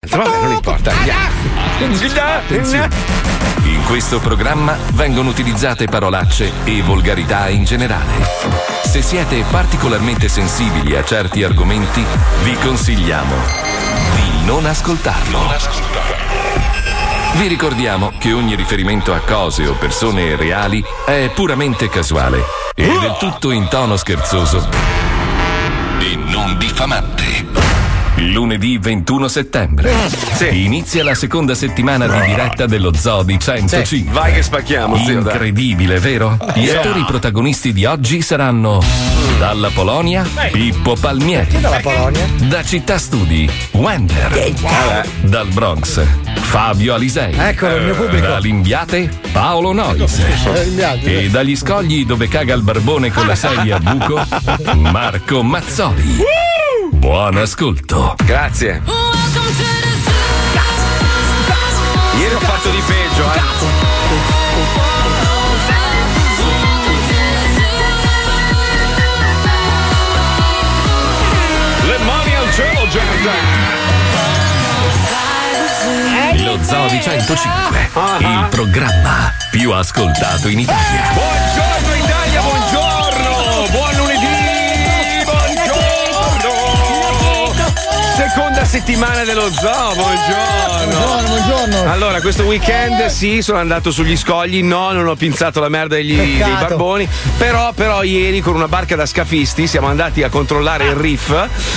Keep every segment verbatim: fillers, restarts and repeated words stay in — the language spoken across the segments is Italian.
Vabbè, non importa. Attenzione. In questo programma vengono utilizzate parolacce e volgarità in generale. Se siete particolarmente sensibili a certi argomenti, vi consigliamo di non ascoltarlo. Vi ricordiamo che ogni riferimento a cose o persone reali è puramente casuale e del tutto in tono scherzoso e non diffamante. Lunedì ventuno settembre sì. inizia la seconda settimana di diretta dello Zoo di centocinque. Sì. Vai che spacchiamo, zio, incredibile, vero? Gli yeah. attori protagonisti di oggi saranno dalla Polonia Pippo Palmieri. Chi dalla Polonia? Da Città Studi Wender. Dal Bronx Fabio Alisei. Eccolo il mio pubblico. Da Limbiate Paolo Nois. E dagli scogli dove caga il barbone con la sedia a buco Marco Mazzoli. Buon ascolto. Grazie. Ieri ho fatto di peggio, eh. Le mani al cielo, gente. Lo Zoo di centocinque, uh-huh. il programma più ascoltato in Italia. Buongiorno Italia, buongiorno. Buon lunedì. Seconda settimana dello Zoo, buongiorno. Buongiorno, buongiorno. Allora, questo weekend sì, sono andato sugli scogli, no, non ho pinzato la merda degli, dei barboni, però, però ieri con una barca da scafisti siamo andati a controllare il reef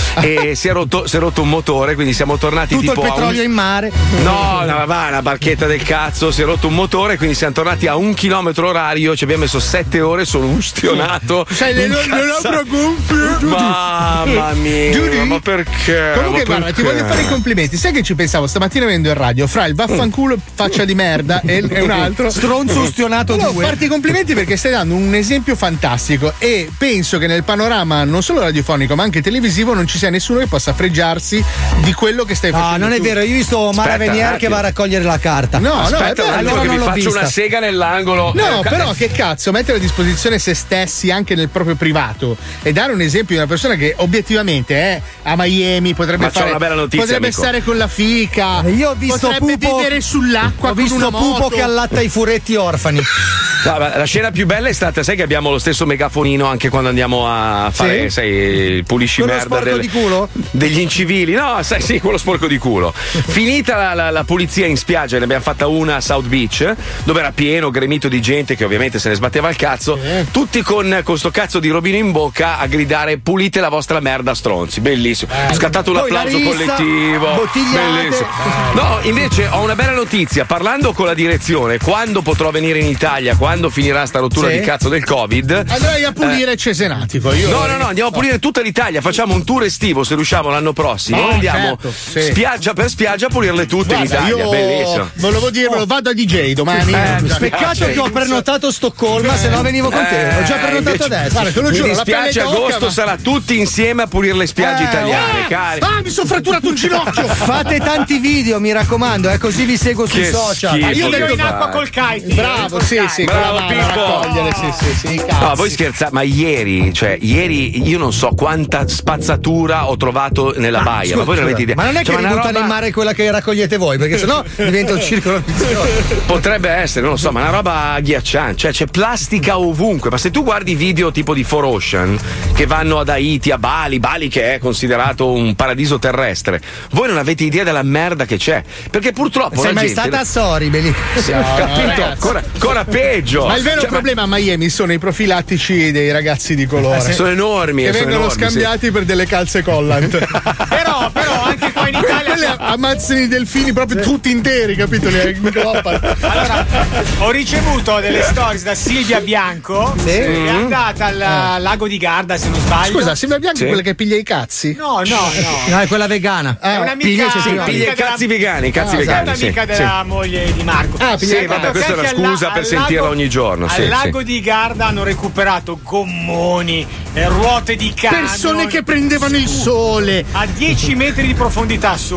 e si è rotto, si è rotto un motore, quindi siamo tornati tutto tipo il petrolio a un... in mare. No, no, va, una barchetta del cazzo, si è rotto un motore, quindi siamo tornati a un chilometro orario, ci abbiamo messo sette ore, sono ustionato. Cioè, non, non apro gonfio. Mamma mia, Giudy? ma perché? Comunque, ma guarda, perché? ti voglio fare i complimenti. Sai che ci pensavo stamattina venendo in radio fra il vaffanculo faccia di merda e, e un altro stronzo ustionato no, due. farti i complimenti perché stai dando un esempio fantastico e penso che nel panorama non solo radiofonico ma anche televisivo non ci sia nessuno che possa fregiarsi di quello che stai facendo. No, non è tu. vero, io ho visto Mara Aspetta, Venier che va a raccogliere la carta. No, aspetta, no, un attimo allora che non vi l'ho faccio vista. una sega nell'angolo. No, eh, però che cazzo, mettere a disposizione se stessi anche nel proprio privato e dare un esempio di una persona che obiettivamente è a Miami, potrebbe Ma c'ho fare una bella notizia, potrebbe amico. stare con la fica. Io ho visto potrebbe Pupo, vivere sull'acqua ho con visto una Pupo moto. che allatta i furetti orfani. No, ma la scena più bella è stata, sai che abbiamo lo stesso megafonino anche quando andiamo a fare, Sì? sai, il pulisci Quello merda sporco del- di culo? degli incivili. No, sai, sì, quello sporco di culo. Finita la, la, la pulizia in spiaggia, ne abbiamo fatta una a South Beach, dove era pieno, gremito di gente che ovviamente se ne sbatteva il cazzo, tutti con, con sto cazzo di robino in bocca a gridare pulite la vostra merda stronzi. Bellissimo. Ho scattato un Poi la applauso rissa, collettivo. bottigliate. Bellissimo. No, invece ho una bella notizia. Parlando con la direzione, quando potrò venire in Italia, quando finirà sta rottura Sì. di cazzo del Covid, Andrai a pulire Cesenatico. Io no, no, no, andiamo a pulire tutta l'Italia. Facciamo un tour estivo se riusciamo l'anno prossimo. Oh, andiamo certo, sì. spiaggia per spiaggia a pulirle tutte in Guarda, Italia. io Bellissimo. volevo dirvelo, vado a D J domani. Eh, mi Già- Peccato che ho prenotato Stoccolma, se no venivo con te. Ho già Eh, prenotato invece- adesso. Guarda, te lo Mi giuro, la pelle dispiace, d'oca, agosto ma- sarà tutti insieme a pulire le spiagge Eh, italiane, Ah, cari. ah, mi sono fratturato un ginocchio. Fate tanti video, mi raccomando, eh, così vi seguo sui Che social. schifo Ah, io ho che detto in fai. acqua col kite. Bravo, sì, sì, con Bravo, la mano a Pippo. raccogliere, sì, sì, sì, i cazzi. No, voi scherzate, ma ieri, cioè, ieri io non so quanta spazzatura ho trovato nella baia, ma voi non avete idea. Ma non è che Cioè, una ributtano roba- in mare quella che raccogliete voi, perché sennò diventa un circolo vizioso. Potrebbe essere, non lo so, ma una roba agghiacciante, cioè c'è plastica ovunque. Ma se tu guardi video tipo di Four Ocean che vanno ad Haiti, a Bali, Bali che è considerato un paradiso terrestre, voi non avete idea della merda che c'è. Perché purtroppo Sei la mai gente... stata a Soribeli? Sì, ho capito, ragazzi. ancora, ancora peggio. Ma il vero Cioè, problema a Miami sono i profilattici dei ragazzi di colore. ma sono enormi, che sono vengono enormi, sì. scambiati per delle calze collant. Però, però anche qua in Italia Quelle ammazzano i delfini proprio tutti interi, capito? Li ingroppano. allora, ho ricevuto delle stories da Silvia Bianco che è andata al al lago di Garda, se non sbaglio. Scusa, Silvia Bianco Sì. è quella che piglia i cazzi? No, no, no. No, è quella vegana. È Ah, un'amica, piglia- Sì, amica piglia i della- cazzi vegani, i cazzi Ah, vegani. Esatto, sì, amica sì. della moglie di Marco. Ah, piglia Sì, i vabbè, cazzi. questa è una Sai che al scusa la- per al sentirla lago- ogni giorno. Al sì, lago sì. di Garda hanno recuperato gommoni, eh, ruote di camion Persone che prendevano il sole. a dieci metri di profondità su.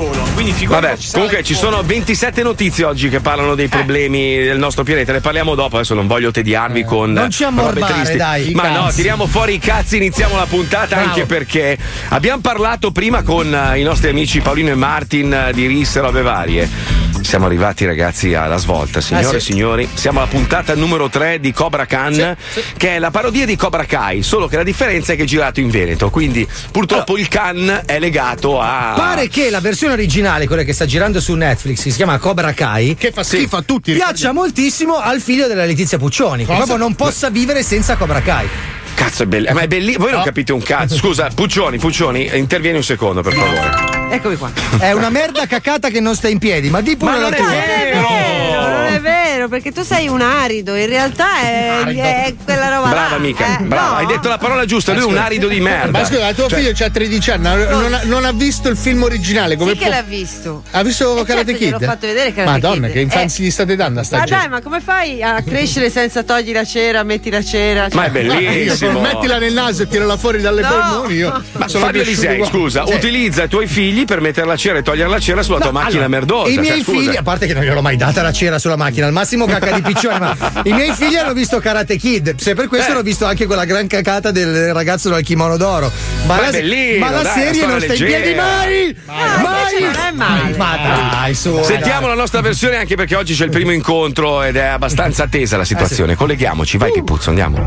solo. Quindi figurati. Vabbè, comunque ci sono ventisette notizie oggi che parlano dei problemi eh. del nostro pianeta. Ne parliamo dopo. Adesso non voglio tediarvi eh. con. Non ci ammorbare, dai. Ma cazzi. no, tiriamo fuori i cazzi, iniziamo la puntata. Bravo. Anche perché abbiamo parlato prima con uh, i nostri amici Paolino e Martin uh, di Ris e robe varie. Siamo arrivati, ragazzi, alla svolta, signore e eh sì. signori. Siamo alla puntata numero tre di Cobra Khan, sì, sì. che è la parodia di Cobra Kai, solo che la differenza è che è girato in Veneto. Quindi, purtroppo, allora, il Khan è legato a. Pare che la versione originale, quella che sta girando su Netflix, che si chiama Cobra Kai, che fa schifo sì. a tutti, piaccia moltissimo al figlio della Letizia Puccioni, che proprio non possa vivere senza Cobra Kai. Cazzo, è bellissimo. Ma è bellissimo. Voi no. non capite un cazzo. Scusa, Puccioni, Puccioni, intervieni un secondo, per favore. Eccomi qua. È una merda cacata che non sta in piedi, ma di pure ma la non tua. È vero. Non è vero, non è vero, perché tu sei un arido, in realtà è, è quella roba. Brava là. amica, eh, brava, no. hai detto la parola giusta, lui è un arido di merda. Ma scusa, tuo cioè... figlio c'ha tredici anni, non ha, non ha visto il film originale. Come sì può... che l'ha visto. Ha visto eh Karate certo, Kid? L'ho fatto vedere Karate Madonna, Kid. che infanzia eh. gli state dando a sta Ma gente. dai, ma come fai a crescere senza togli la cera, metti la cera? Cioè... Ma è bellissimo. Mettila nel naso e tirala fuori dalle no. polmoni. Io ma Fabio Alisei, scusa, sì. utilizza i tuoi figli per mettere la cera e togliere la cera sulla no, tua macchina allora, merdosa. I miei cioè, figli, a parte che non gliel'ho mai data la cera sulla macchina, al massimo cacca di piccione, ma i miei figli hanno visto Karate Kid. Se per questo eh. hanno visto anche quella gran cacata del ragazzo dal kimono d'oro. Ma, ma la, bellino, ma la dai, serie non sta leggera. in piedi mai! No, mai! Non è male. Ma dai, su. Sentiamo dai. la nostra versione, anche perché oggi c'è il primo incontro ed è abbastanza tesa la situazione. Eh sì. Colleghiamoci, vai uh. Pipuzzo, andiamo.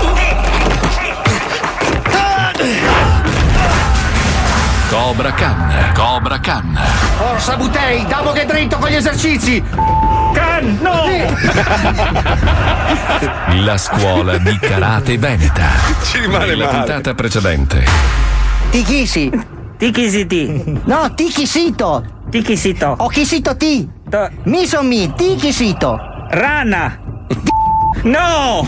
Cobra Khan, Cobra Khan. Forza Butei, damo che dritto con gli esercizi. Khan, no! La scuola di karate veneta. Ci rimane Nella male. puntata precedente. Tikisi. Tikisi ti. No, tikisito. Tikisito. O kisito ti. To- Misomi, tikisito. Rana. No!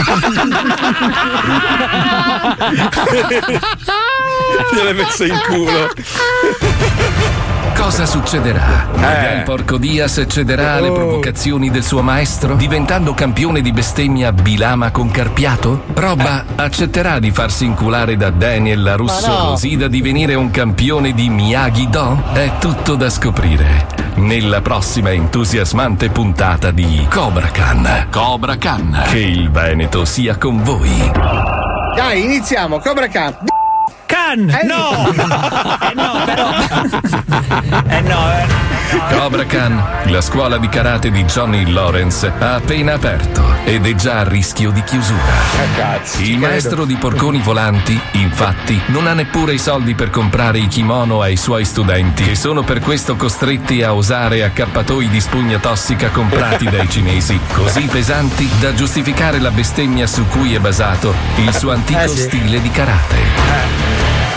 Gliel'hai messo in culo. Cosa succederà? Eh. Miguel Porcodias cederà alle provocazioni del suo maestro, diventando campione di bestemmia bilama con Carpiato? Proba eh. accetterà di farsi inculare da Daniel LaRusso no. così da divenire un campione di Miyagi-Do? È tutto da scoprire nella prossima entusiasmante puntata di Cobra Khan. Cobra Khan. Che il Veneto sia con voi. Dai, iniziamo. Cobra Khan. Khan! Eh, no! eh no, però. eh no, eh. Cobra Khan, la scuola di karate di Johnny Lawrence, ha appena aperto ed è già a rischio di chiusura. Ah, cazzo, Il maestro di porconi volanti, infatti, non ha neppure i soldi per comprare i kimono ai suoi studenti, che sono per questo costretti a usare accappatoi di spugna tossica comprati dai cinesi, così pesanti da giustificare la bestemmia su cui è basato il suo antico eh sì. stile di karate. Eh.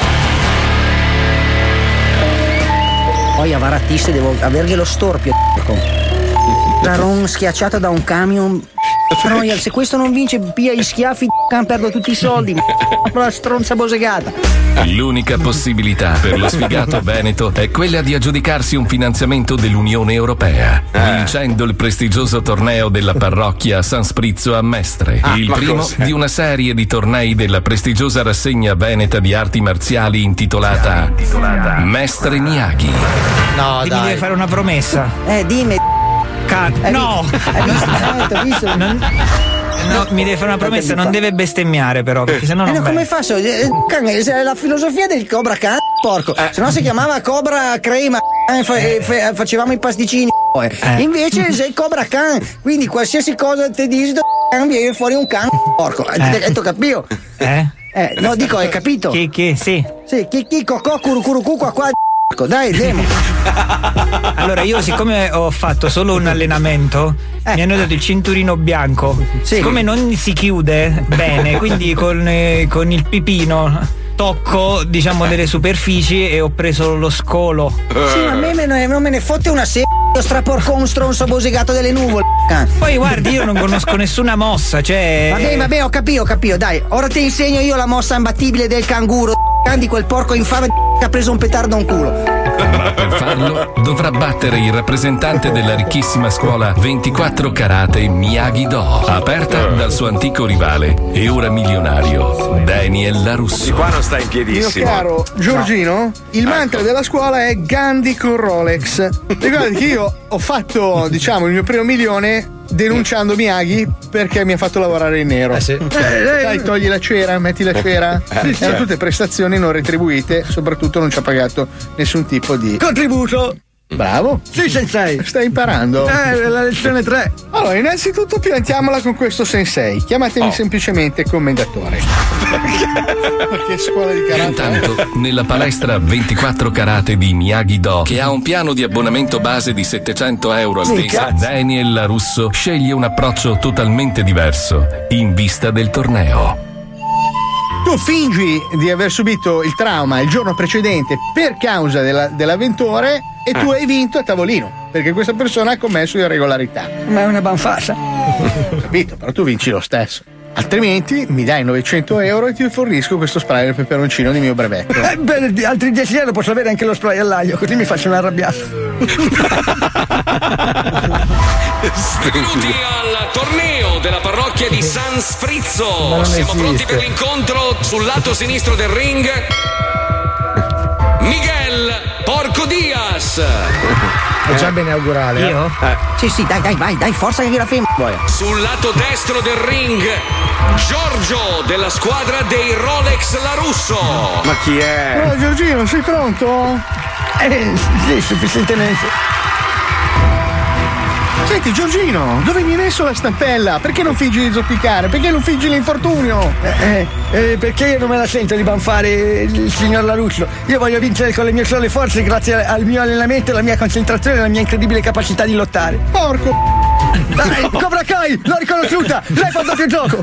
Poi a Varatisse devo avergli lo storpio. Daron schiacciato da un camion. Royal, se questo non vince, pia gli schiaffi, perdo tutti i soldi. La stronza bosegata. L'unica possibilità per lo sfigato Veneto è quella di aggiudicarsi un finanziamento dell'Unione Europea, eh. vincendo il prestigioso torneo della parrocchia San Sprizzo a Mestre, ah, il primo cos'è? di una serie di tornei della prestigiosa rassegna veneta di arti marziali intitolata, intitolata Mestre Miyagi. No, dai. Mi devi fare una promessa. Eh, dimmi. Car- hai no! Hai visto? Hai visto? Non... No, mi deve fare una promessa, non deve bestemmiare però, perché sennò non eh no, come bene. faccio? Eh, la filosofia del Cobra Khan, porco. Eh. Se no si chiamava Cobra Crema e fa- fa- facevamo i pasticcini. Eh. Invece sei Cobra Khan, quindi qualsiasi cosa ti dici viene fuori un can, porco. Hai eh. capito? Eh? Eh, no, dico, hai capito? Che, che, sì. Sì, chi, chi, cocò, curucurucu, qua, qua. Dai, demo. Allora, io siccome ho fatto solo un allenamento, eh. mi hanno dato il cinturino bianco. Sì. Siccome non si chiude bene, quindi con, eh, con il pipino tocco, diciamo, delle superfici e ho preso lo scolo. Sì, ma a me, me ne, non me ne fotte una se lo straporco un stronzo bosegato delle nuvole. Poi guardi, io non conosco nessuna mossa, cioè. Vabbè, vabbè, ho capito, ho capito, dai. Ora ti insegno io la mossa imbattibile del canguro di quel porco infame che ha preso un petardo a un culo. Ma per farlo dovrà battere il rappresentante della ricchissima scuola ventiquattro Karate Miyagi-Do, aperta dal suo antico rivale e ora milionario Daniel LaRusso. Di qua non sta in piedissimo. Mio caro Giorgino, no. il mantra ecco. della scuola è Gandhi con Rolex. Ricordati che io ho fatto, diciamo, il mio primo milione denunciando Miyagi perché mi ha fatto lavorare in nero. Eh sì. eh, Dai, togli la cera, metti la cera. Eh, Erano tutte prestazioni non retribuite, soprattutto non ci ha pagato nessun tipo di contributo. Bravo. Sì, sensei. Stai imparando. Eh, la lezione tre. Allora, innanzitutto piantiamola con questo sensei. Chiamatemi oh. semplicemente commendatore. Perché scuola di karate. Intanto, nella palestra ventiquattro Karate di Miyagi-Do, che ha un piano di abbonamento base di settecento euro al sì, mese, cazzo. Daniel LaRusso sceglie un approccio totalmente diverso in vista del torneo. Tu fingi di aver subito il trauma il giorno precedente per causa della, dell'avventore e tu hai vinto a tavolino perché questa persona ha commesso irregolarità. Ma è una banfassa. Capito, però tu vinci lo stesso. Altrimenti mi dai novecento euro e ti fornisco questo spray al peperoncino di mio brevetto. Eh, beh, di altri dieci euro posso avere anche lo spray all'aglio, così mi faccio un arrabbiato. Benvenuti al torneo della parrocchia di San Sfrizzo. Siamo esiste. pronti per l'incontro sul lato sinistro del ring. Miguel Porco Diaz. È già bene augurale. Io? Eh. Sì, sì, dai, dai, vai, dai, forza che la femmina. Sul lato destro del ring, Giorgio della squadra dei Rolex LaRusso. Ma chi è? Oh, Giorgino, sei pronto? Eh, sì, sufficientemente. Senti, Giorgino, dove mi hai messo la stampella? Perché non fingi di zoppicare? Perché non fingi l'infortunio? Eh, eh, perché io non me la sento di banfare il signor LaRusso. Io voglio vincere con le mie sole forze grazie al mio allenamento, alla mia concentrazione e alla mia incredibile capacità di lottare. Porco! Dai, Cobra Kai, l'ho riconosciuta! Lei fa doppio gioco!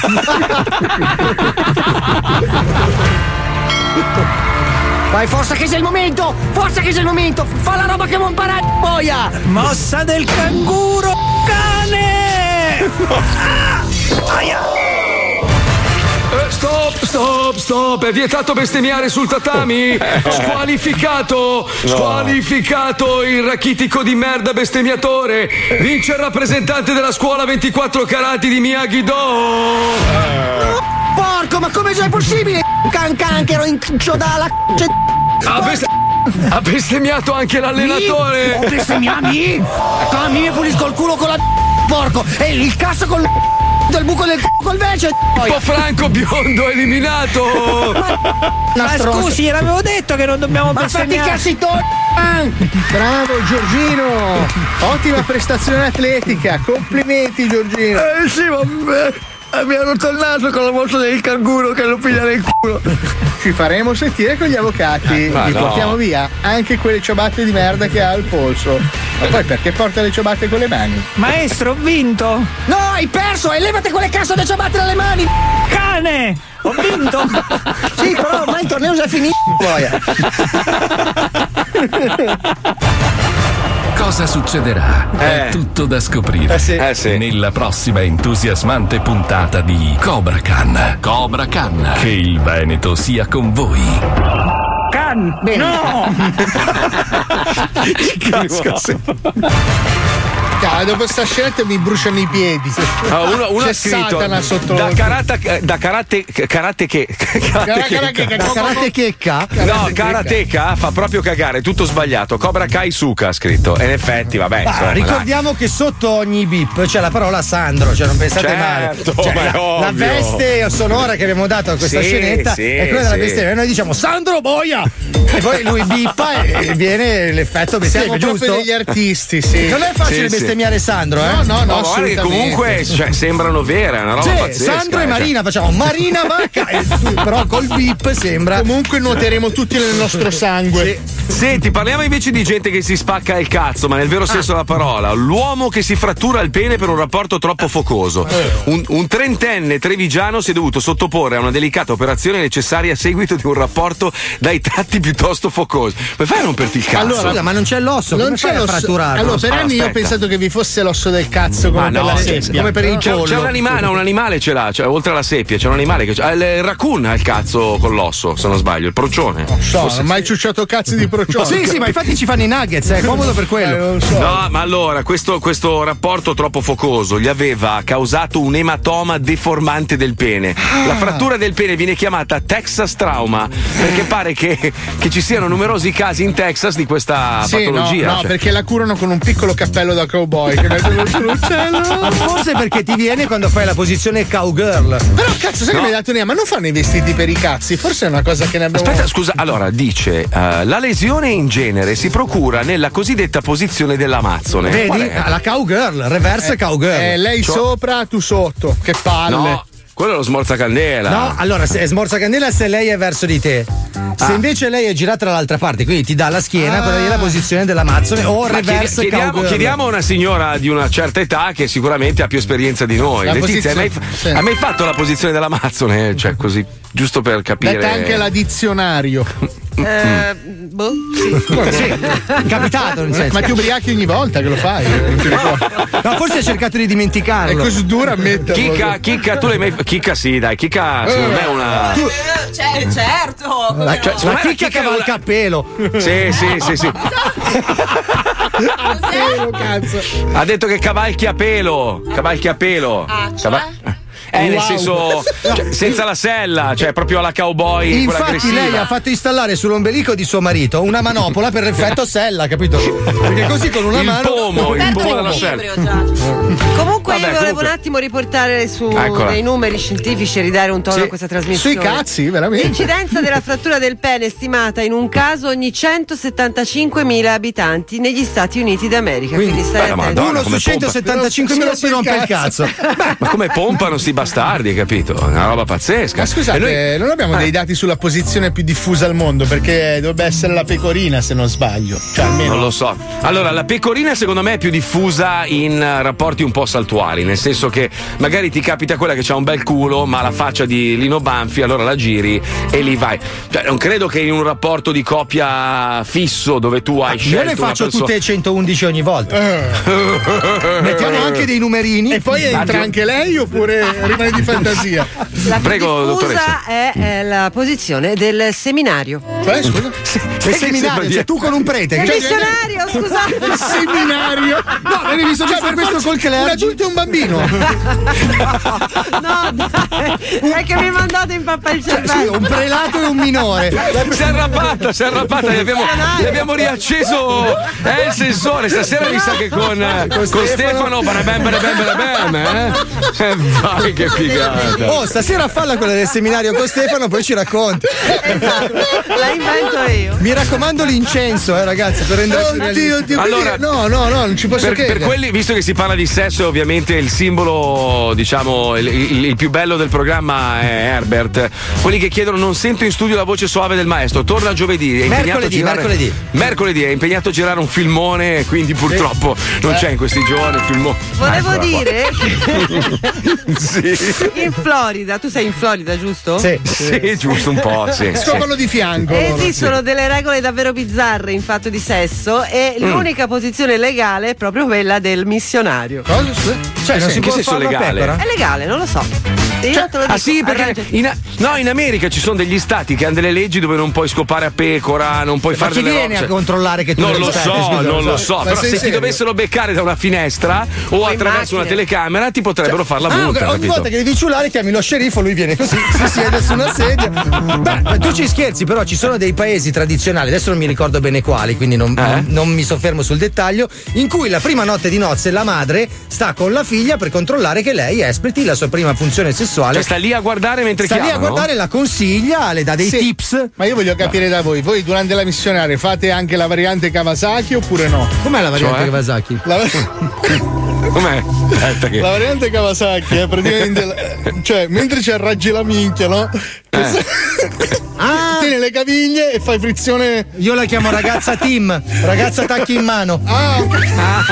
Vai, forza che c'è il momento! Forza che c'è il momento! Fa la roba che vuoi imparare, boia! Mossa del canguro cane! Ah! Aia! Eh, stop, stop, stop! È vietato bestemmiare sul tatami! Squalificato! Squalificato il rachitico di merda bestemmiatore! Vince il rappresentante della scuola ventiquattro Karate di Miyagi-Do! No, porco, ma come è possibile? Can canchero inchiodala c***o. Ha, best- ha bestemmiato anche l'allenatore! Ho bestemmiami? Cammi mi pulisco il culo con la porco! E il cazzo con del buco del c***o col vece! Po' Franco biondo eliminato! Ma, ma scusi, l'avevo detto che non dobbiamo ma bestemmiare! Ma fatti i cazzi tuoi! Bravo Giorgino! Ottima prestazione atletica! Complimenti Giorgino! Eh sì, vabbè! Mi ha rotto il naso con la mossa del canguro che lo piglia nel culo. Ci faremo sentire con gli avvocati. Ma Li no. portiamo via anche quelle ciabatte di merda che ha al polso. Ma poi perché porta le ciabatte con le mani? Maestro, ho vinto! No, hai perso! E levate quelle cazzo di ciabatte dalle mani! Cane! Ho vinto! Sì, però ormai il torneo è già finito. Cosa succederà? Eh. È tutto da scoprire Eh sì. Eh sì. nella prossima entusiasmante puntata di Cobra Khan. Cobra Khan, che il Veneto sia con voi. Can! Bene. No! Ah, dopo sta scelta mi bruciano i piedi. Ah, uno, uno C'è ha scritto Satana sotto da lo- karate da karate karate che karate Da karate checca? no karateka fa proprio cagare, tutto sbagliato. Cobra Kai Suka ha scritto e in effetti vabbè Ah, insomma, ricordiamo che sotto ogni bip c'è la parola Sandro, cioè non pensate Certo, male. Cioè, ma è la, ovvio. la veste sonora che abbiamo dato a questa Sì, scenetta sì, è quella della sì. bestemmia. E noi diciamo Sandro boia! E poi lui bippa e viene l'effetto bestemmia, Siamo proprio giusto? degli artisti, sì. Non è facile Sì, sì. bestemmiare Sandro, eh? No, no, no, No, ma guarda che assolutamente. comunque cioè, sembrano vere, è una roba Sì, pazzesca. Sandro e eh, cioè. Marina facciamo Marina vacca e tu, però col bip sembra. Comunque nuoteremo tutti nel nostro sangue. Senti, parliamo invece di gente che si spacca il cazzo, ma nel vero senso della parola. L'uomo che si frattura il pene per un rapporto troppo focoso. Un, un trentenne trevigiano si è dovuto sottoporre a una delicata operazione necessaria a seguito di un rapporto dai tratti piuttosto focosi. Puoi fai a romperti il cazzo? Allora, Scusa, ma non c'è l'osso, Non come c'è fai a l'osso. fratturarlo? Allora, per Ah, anni io ho aspetta. pensato che vi fosse l'osso del cazzo come Ma per no, la c'è- seppia. come per il C'è, pollo. c'è un animale, un animale ce l'ha, cioè, oltre alla seppia, c'è un animale che c'ha. Il raccoon ha il cazzo con l'osso, se non sbaglio, il procione. So, non ho mai ciucciato cazzi di procione. Sì, sì, ma infatti ci fanno i nuggets, è comodo per quello. Eh, non so. No, ma allora, questo, questo rapporto troppo focoso gli aveva causato un ematoma deformante del pene. Ah. La frattura del pene viene chiamata Texas Trauma, perché pare che, che ci siano numerosi casi in Texas di questa Sì, patologia. no, no, cioè. perché la curano con un piccolo cappello da cowboy che mettono sull'uccello. Forse perché ti viene quando fai la posizione cowgirl. Però cazzo, sai No. che mi hai dato un'idea? Ma non fanno i vestiti per i cazzi? Forse è una cosa che ne abbiamo. Aspetta, scusa, allora dice eh, la lesione in genere si procura nella cosiddetta posizione dell'amazzone. Vedi? Qual è? La cowgirl, reverse Eh, cowgirl. eh, lei Cioè- sopra, tu sotto. Che palle. No, quello è lo smorzacandela. No, allora se è smorzacandela se lei è verso di te. Se Ah. invece lei è girata dall'altra parte, quindi ti dà la schiena, Ah. quella lì è la posizione dell'amazzone o Ma chiedi- reverse chiediamo, cowgirl. chiediamo a una signora di una certa età che sicuramente ha più esperienza di noi. La Letizia, hai mai, posizione- fa- sì. hai mai fatto la posizione dell'amazzone? Cioè, così, giusto per capire. Detta anche la dizionario. Eh, boh, sì. Sì, è capitato, nel senso. Ma ti ubriachi ogni volta che lo fai? Non ti ricordi? No, forse ha cercato di È dimenticarlo. così dura ammetterlo. Chicca, Chicca, tu l'hai mai. Chicca, sì, dai, Chicca, secondo me è una. Eh, cioè, certo. La, Cioè, secondo la me chicca è cavalca a pelo. Sì, sì, sì, sì. Pelo, cazzo. Ha detto che cavalchi a pelo. Cavalchi a pelo. Ah, cioè? Cava- Eh, nel Wow. senso, cioè, senza la sella, cioè proprio alla cowboy. quella Infatti aggressiva. lei ha fatto installare sull'ombelico di suo marito una manopola per l'effetto sella, capito? Perché così con una il mano pomo, il Perdo pomo della sella. l'equilibrio già. Comunque Vabbè, io volevo comunque. un attimo riportare su Eccola. dei numeri scientifici e ridare un tono Sì. a questa trasmissione. Sui cazzi, veramente. L'incidenza della frattura del pene è stimata in un caso ogni centosettantacinquemila abitanti negli Stati Uniti d'America. Quindi, Quindi, stai beh, attento. Madonna, uno su come centosettantacinquemila si rompe il cazzo. Ma come pompano sti bastardi, capito? È una roba pazzesca. Ma scusate, E noi- non abbiamo Eh. dei dati sulla posizione più diffusa al mondo? Perché dovrebbe essere la pecorina, se non sbaglio. Cioè, almeno. Non lo so. Allora, la pecorina secondo me è più diffusa in eh, rapporti un po' saltuari, nel senso che magari ti capita quella che ha un bel culo, ma la faccia di Lino Banfi, allora la giri e lì vai. Cioè, non credo che in un rapporto di coppia fisso dove tu hai Io scelto ne faccio una persona... tutte centoundici ogni volta. Eh. Mettiamo anche dei numerini. E poi entra Attimo. anche lei oppure rimane di fantasia? La più Prego, diffusa dottoressa. è, è la posizione del seminario. Cioè, scusa? Il seminario, cioè tu con un prete. Del Cioè, missionario, scusate. Il seminario? no, l'avevi visto Cioè, fare per questo forza col un clergy. adulto e un bambino. No, dai, è che mi mandate in pappa il Sì, cervello. un prelato e un minore. Si è arrabbiata, si è arrabbiata, gli abbiamo, gli abbiamo riacceso eh, il sensore. Stasera mi sa che con, eh, con Stefano, barabem, barabem, barabem, eh? Eh, vai, che figata. Oh, stasera falla quella del seminario con Stefano, poi ci racconti. Esatto, la invento io. Mi raccomando l'incenso, eh, ragazzi, per renderci Oddio, oddio, Allora- quindi- no, no, no, non ci posso Per, credere. per quelli, visto che si parla di sesso, è ovviamente il simbolo, diciamo, il, il- il più bello del programma è Herbert. Quelli che chiedono: non sento in studio la voce soave del maestro. Torna giovedì. È impegnato Mercoledì, a girare, mercoledì. mercoledì è impegnato a girare un filmone, quindi purtroppo non c'è in questi giorni il filmone. Volevo Eccola qua. dire che Sì. in Florida, tu sei in Florida, giusto? Sì. Sì, giusto un po', sì. sì. Scopano di fianco. loro, Esistono delle regole davvero bizzarre in fatto di sesso e Mm. l'unica posizione legale è proprio quella del missionario. Cosa? Scusa? Cioè, non Sì, si in che può senso farlo a legale? pecora? È legale, non lo so. Io te lo dico. Ah sì, perché arrangiati. in, no, in America ci sono degli stati che hanno delle leggi dove non puoi scopare a pecora, non puoi Ma fare chi delle viene robe. a controllare che tu Non le lo rispetti? so, Scusa, non lo so, Ma però sei se ti serio? dovessero beccare da una finestra o in attraverso una macchina. telecamera ti potrebbero far la Ah, multa, ogni capito? volta che devi ciulare chiami lo sceriffo, lui viene così, si siede su una sedia. Beh, tu ci scherzi, però ci sono dei paesi tradizionali, adesso non mi ricordo bene quali, quindi non, Eh? non mi soffermo sul dettaglio, in cui la prima notte di nozze la madre sta con la figlia per controllare che lei espleti la sua prima funzione sessuale. Cioè sta lì a guardare mentre Sta lì a chiamano? guardare, la consiglia, le dà dei Sì. tips. Ma io voglio capire da voi, voi durante la missionaria fate anche la variante Kawasaki oppure no? Com'è la variante Cioè? Kawasaki? La, Com'è? Aspetta che... la variante Kawasaki è praticamente. Cioè, mentre ci arraggi la minchia, no? Ah, Tieni le caviglie e fai frizione. io la chiamo ragazza Tim, ragazza tacchi in mano. Ah, ok.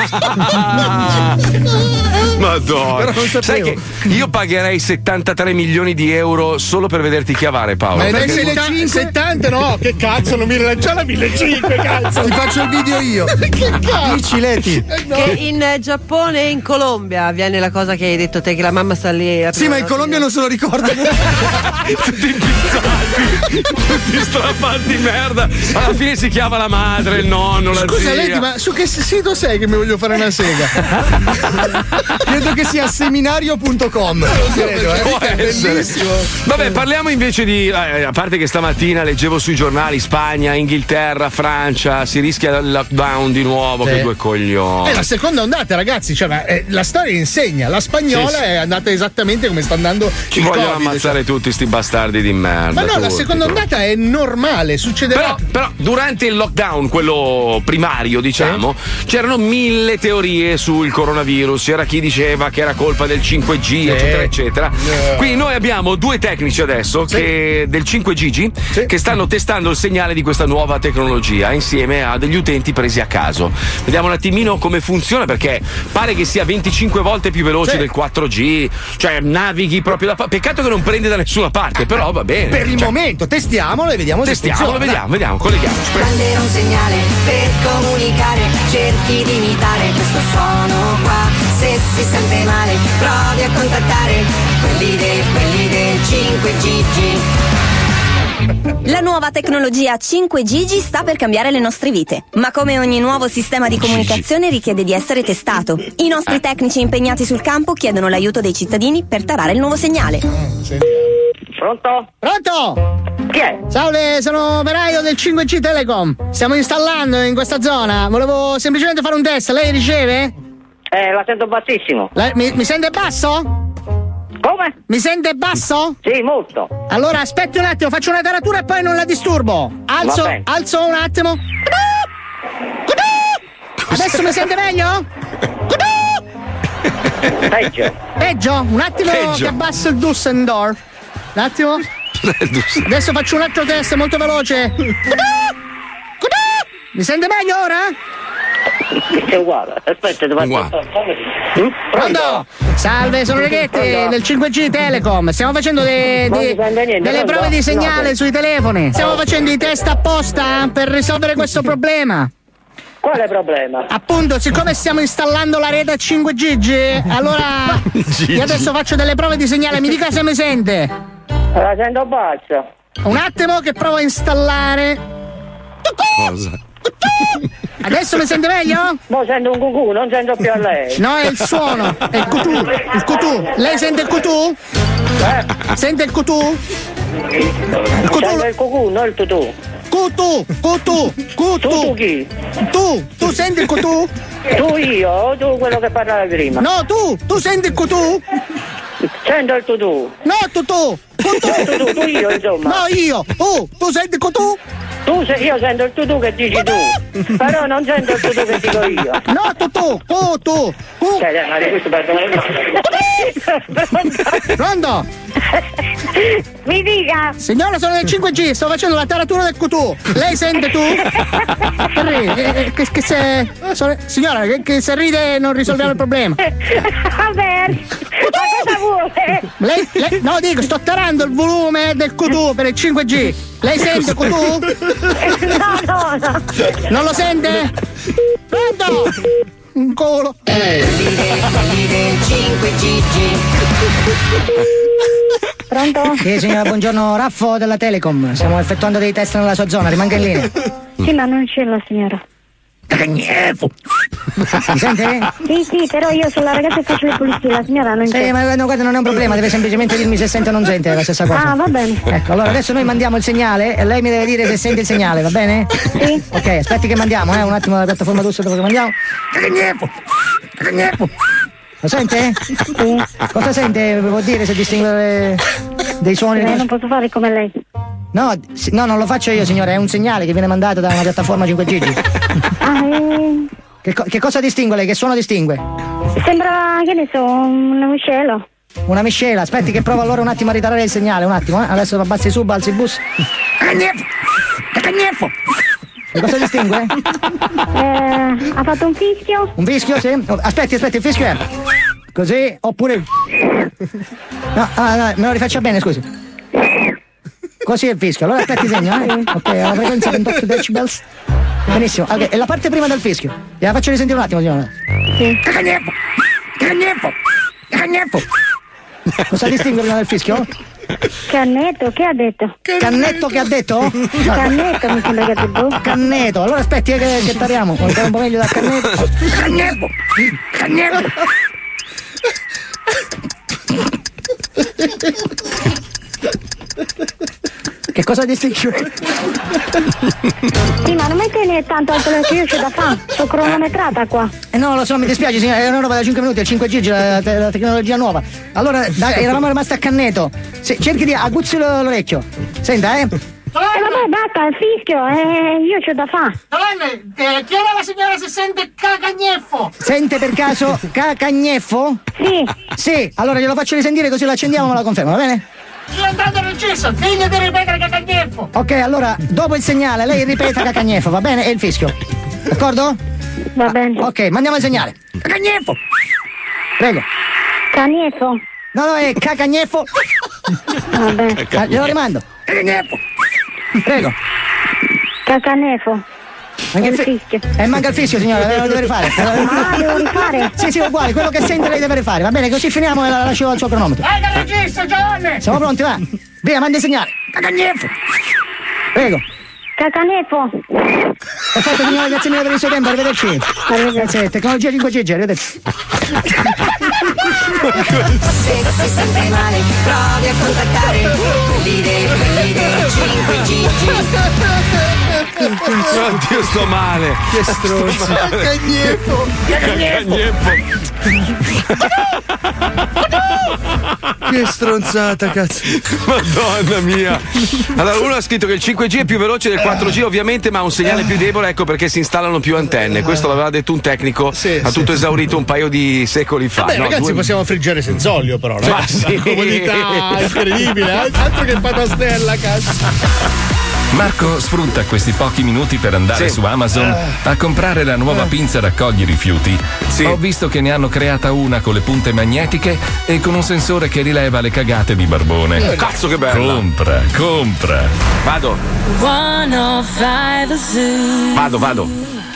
Madonna. Però non sapevo. Sai che io pagherei settantatré milioni di euro solo per vederti chiavare, Paolo. Ma dai, perché- setta- settanta no, che cazzo, non mi rilancia la millecinquecento, cazzo. Ti faccio il video io. Che cazzo? I cileti. Eh, no. Che in eh, Giappone e in Colombia avviene la cosa che hai detto te, che la mamma sta lì a Sì, ma in Colombia non se lo ricordano. tutti impizzati, tutti strafatti di merda. Alla fine si chiama la madre, il nonno, la Scusa, zia. Lady, ma su che sito sei che mi voglio fare una sega? Credo che sia seminario punto com. Credo, eh. Può essere. Vabbè, parliamo invece di. Eh, a parte che stamattina leggevo sui giornali Spagna, Inghilterra, Francia, si rischia il lockdown di nuovo, Sì. che due coglioni. È la seconda ondata, ragazzi. Cioè, ma, eh, la storia insegna. La spagnola Sì, sì. è andata esattamente come sta andando Ci il vogliono Covid, ammazzare tutti sti bastardi di merda. Ma no, la tutti, seconda tutti. ondata è normale, succederà. Però, però durante il lockdown, quello primario, diciamo, c'erano mille teorie sul coronavirus. C'era chi diceva che era colpa del cinque G, eccetera, eccetera. Yeah. Quindi noi abbiamo due tecnici adesso che, del cinque G che stanno testando il segnale di questa nuova tecnologia insieme a degli utenti presi a caso. Vediamo un attimino come funziona, perché pare che sia venticinque volte più veloce Sì. del quattro G, cioè navighi proprio da. Peccato che non prende da nessuna parte, però va bene. Per il Cioè, momento, testiamolo e vediamo se Testiamolo, funziona. vediamo, vediamo, colleghiamoci. prego. Prendere un segnale per comunicare, cerchi di imitare questo suono qua. Se si sente male, provi a contattare quelli del, quelli del cinque G G. La nuova tecnologia cinque G G sta per cambiare le nostre vite, ma come ogni nuovo sistema di comunicazione richiede di essere testato. I nostri tecnici impegnati sul campo chiedono l'aiuto dei cittadini per tarare il nuovo segnale. Pronto? Pronto? Chi è? Salve, sono operaio del cinque G Telecom. Stiamo installando in questa zona. Volevo semplicemente fare un test. Lei riceve? Eh, la sento bassissimo. Lei, mi, mi sente basso? Come? Mi sente basso? Sì, molto. Allora aspetti un attimo, faccio una taratura e poi non la disturbo. Alzo, Va bene. alzo un attimo. Adesso mi sente meglio? Peggio. Peggio? Un attimo Peggio. che abbasso il Dusseldorf. Un attimo. Adesso faccio un altro test molto veloce. Mi sente meglio ora? È uguale. Aspetta, devo Uguale. Mm? Pronto? Salve, sono Righetti Pronto? del cinque G Telecom. Stiamo facendo de- Non de- mi sente niente, delle pronto? prove di segnale No, sui telefoni. Stiamo facendo i test apposta per risolvere questo problema. Quale problema? Appunto, siccome stiamo installando la rete cinque G, allora io adesso faccio delle prove di segnale. Mi dica se mi sente. La sento bassa. Un attimo che provo a installare. Cosa? Adesso mi sente meglio? Mo sento un cucù, non sento più a lei. No, è il suono, è il cutù, il cutù. Lei sente il cutù? Eh? Sente il cutù? Il cutù. Sento il cucù, non il tutù. Cutù, cutù, cutù. Tu chi? Tu, tu senti il cutù? Tu io o tu quello che parlava prima? No, tu, tu senti il cutù? Sento il tutù. No, tutù. Cutù. Tu, tu, tu io, insomma. No, io. Tu, tu senti il cutù? Tu se io sento il tutù che dici tu. Però non sento il tutù che dico io. No, tutù, cutù. Cu- Cioè, dai, ma di questo parlo. Pronto? Mi dica. Signora, sono del cinque G, sto facendo la taratura del cutù. Lei sente tu? Perché, eh, che, che se, sono- signora, che, che se ride non risolviamo il problema. Vabbè, ma cosa vuole? Lei, lei- no, dico, sto tarando il volume del cutù per il cinque G. Lei sente il cutù? No, no, no. Non lo sente? Pronto? Un culo. Quelli del, quelli del cinque G G. Pronto? Sì, signora, buongiorno, Raffo della Telecom. Stiamo effettuando dei test nella sua zona, rimanga in linea. Sì, ma non c'è la signora. Mi sente? Sì, sì, però io sono la ragazza che faccio le pulizie, la signora non c'è. Sì, ma no, guarda, non è un problema, deve semplicemente dirmi se sente o non sente, è la stessa cosa. Ah, va bene. Ecco, allora adesso noi mandiamo il segnale e lei mi deve dire se sente il segnale, va bene? Sì. Ok, aspetti che mandiamo, eh, un attimo la piattaforma d'uso dopo che mandiamo. Lo sente? Sì. Cosa sente? Può dire se distingue le- dei suoni? Eh, non posso fare come lei. No, sì, no, non lo faccio io, signore, è un segnale che viene mandato da una piattaforma cinque G. Ah, eh, Che, co- che cosa distingue lei? Che suono distingue? sembra, che ne so, un uccello. Una miscela, aspetti che provo allora un attimo a ritarare il segnale, un attimo, eh? Adesso abbassi su, alzi il bus. Che cosa distingue? Eh, ha fatto un fischio. Un fischio, sì? Oh, aspetti, aspetti, il fischio è così, oppure... No, ah, no, me lo rifaccia bene, scusi. Così è il fischio, allora aspetti segno, eh? Ok, alla frequenza ventotto decibels. Benissimo, ok, e la parte prima del fischio? Gliela faccio risentire un attimo, signora. Sì. Cosa distingue prima del fischio? Cannetto, che ha detto? Cannetto che ha detto? Cannetto mi sembra che ha detto. Canneto, allora aspetti eh, che, che tariamo, un po' meglio da Cannetto. Cannetto! Cannetto! Che cosa distingue? Sì, ma non mi tieni tanto alto che io c'ho da fare, sono cronometrata qua. Eh no, lo so, mi dispiace signora, è una roba da cinque minuti, il cinque G, la, la, la tecnologia nuova. Allora, dai, eravamo rimasti a Canneto. Se, cerchi di aguzzi l'orecchio. Senta, eh. Eh vabbè, basta, il fischio, eh, io c'ho da fare. Solenne, eh, chiede alla signora se sente cacagneffo. Sente per caso cacagneffo? Sì. Sì, allora glielo faccio risentire così lo accendiamo e me la conferma, va bene? Io andate al regista, digli di ripetere cacagneffo. Ok, allora, dopo il segnale, lei ripeta cacagneffo, va bene? E il fischio. D'accordo? Va bene. Ok, mandiamo il segnale. Cacagneffo! Prego. Cagneffo? No, no, è cacagneffo. Va bene. Ah, glielo rimando. Cacagneffo! Prego. Cacanefo. Manca il fischio. Eh, manca il fischio, signora, lo deve rifare. Ah, devo rifare? Sì, sì, uguale, quello che sente lei deve rifare, va bene? Così finiamo e la lascio al suo cronometro. Dai, dal regista, Giovanni! Siamo pronti, va? Via, mandi il segnale. Cacagneffo! Prego. Cacanefo. Perfetto, signora, grazie mille per il suo tempo, arrivederci. Grazie, tecnologia cinque G, arrivederci. Se ti senti male, provi a contattare quelli dei, quelli dei cinque G G. Oddio, sto male. Che stronzo. Cacagneffo. Cacagneffo. Che stronzata, cazzo. Madonna mia. Allora, uno ha scritto che il cinque G è più veloce del quattro G, ovviamente, ma ha un segnale più debole, ecco perché si installano più antenne. Questo l'aveva detto un tecnico, sì, ha sì. tutto esaurito un paio di secoli fa. Beh, no, ragazzi, due... possiamo friggere senza olio, però. No? Ma sì. Una comodità incredibile, eh? Altro che patastella, cazzo. Marco sfrutta questi pochi minuti per andare Sì. su Amazon a comprare la nuova pinza raccogli rifiuti. Sì. Ho visto che ne hanno creata una con le punte magnetiche e con un sensore che rileva le cagate di barbone. Cazzo che bella. Compra, compra. Vado. Vado, vado.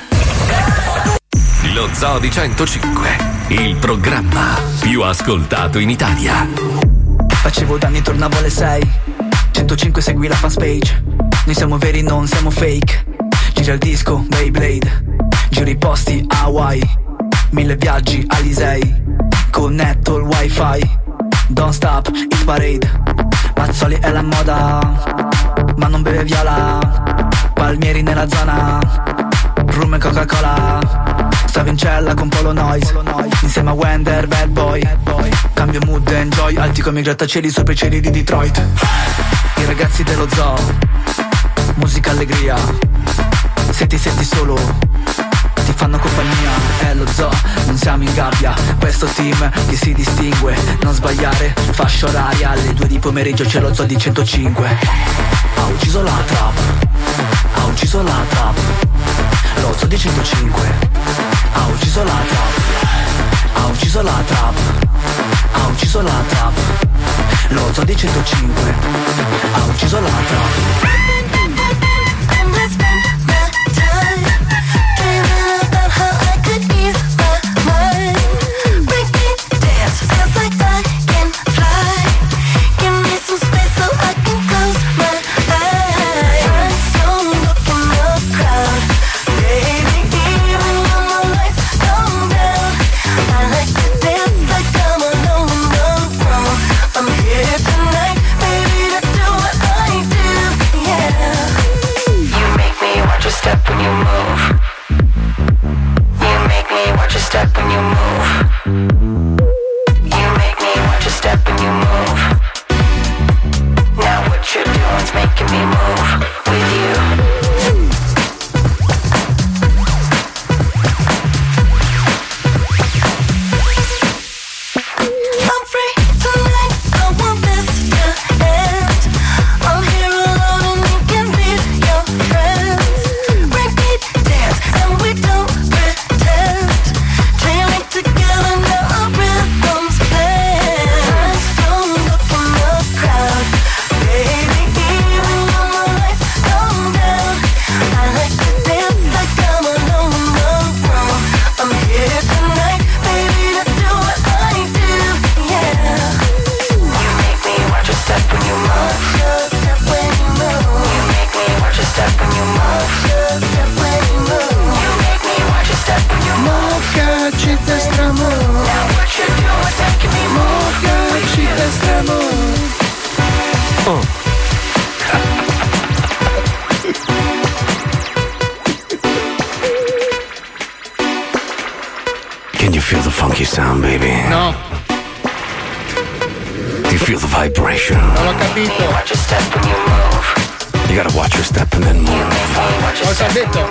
Lo Zoo di centocinque, il programma più ascoltato in Italia. Facevo danni, tornavo alle sei. centocinque segui la fanpage. Noi siamo veri, non siamo fake. Gira il disco, Beyblade. Giro i posti, Hawaii. Mille viaggi, Alisei. Connetto il wifi. Don't stop, hit parade. Mazzoli è la moda, ma non beve viola. Palmieri nella zona, rum e Coca-Cola. Stavo in cella con Polo Noise, insieme a Wender, bad boy. Cambio mood, enjoy. Alti come i grattacieli sopra i cieli di Detroit. I ragazzi dello zoo, musica allegria. Se ti senti solo, ti fanno compagnia. È lo zoo, non siamo in gabbia. Questo team che si distingue. Non sbagliare, fascia oraria. Alle due di pomeriggio c'è lo zoo di centocinque. Ha ucciso la trap, ha ucciso la trap. Lo zoo di centocinque. Ha ucciso la trap, ha ucciso la trap. Ha ucciso la trap. Lo zoo di centocinque. Ha ucciso la trap. Step when you move. You make me watch your step when you move. You make me watch your step when you move. Now what you're doing's making me move with you. Down. cacci te stramo. Mo cacci te stramo. Oh. Can you feel the funky sound, baby? No. Do you feel the vibration? Non l'ho capito. You gotta watch your step and then move. Cosa ha detto?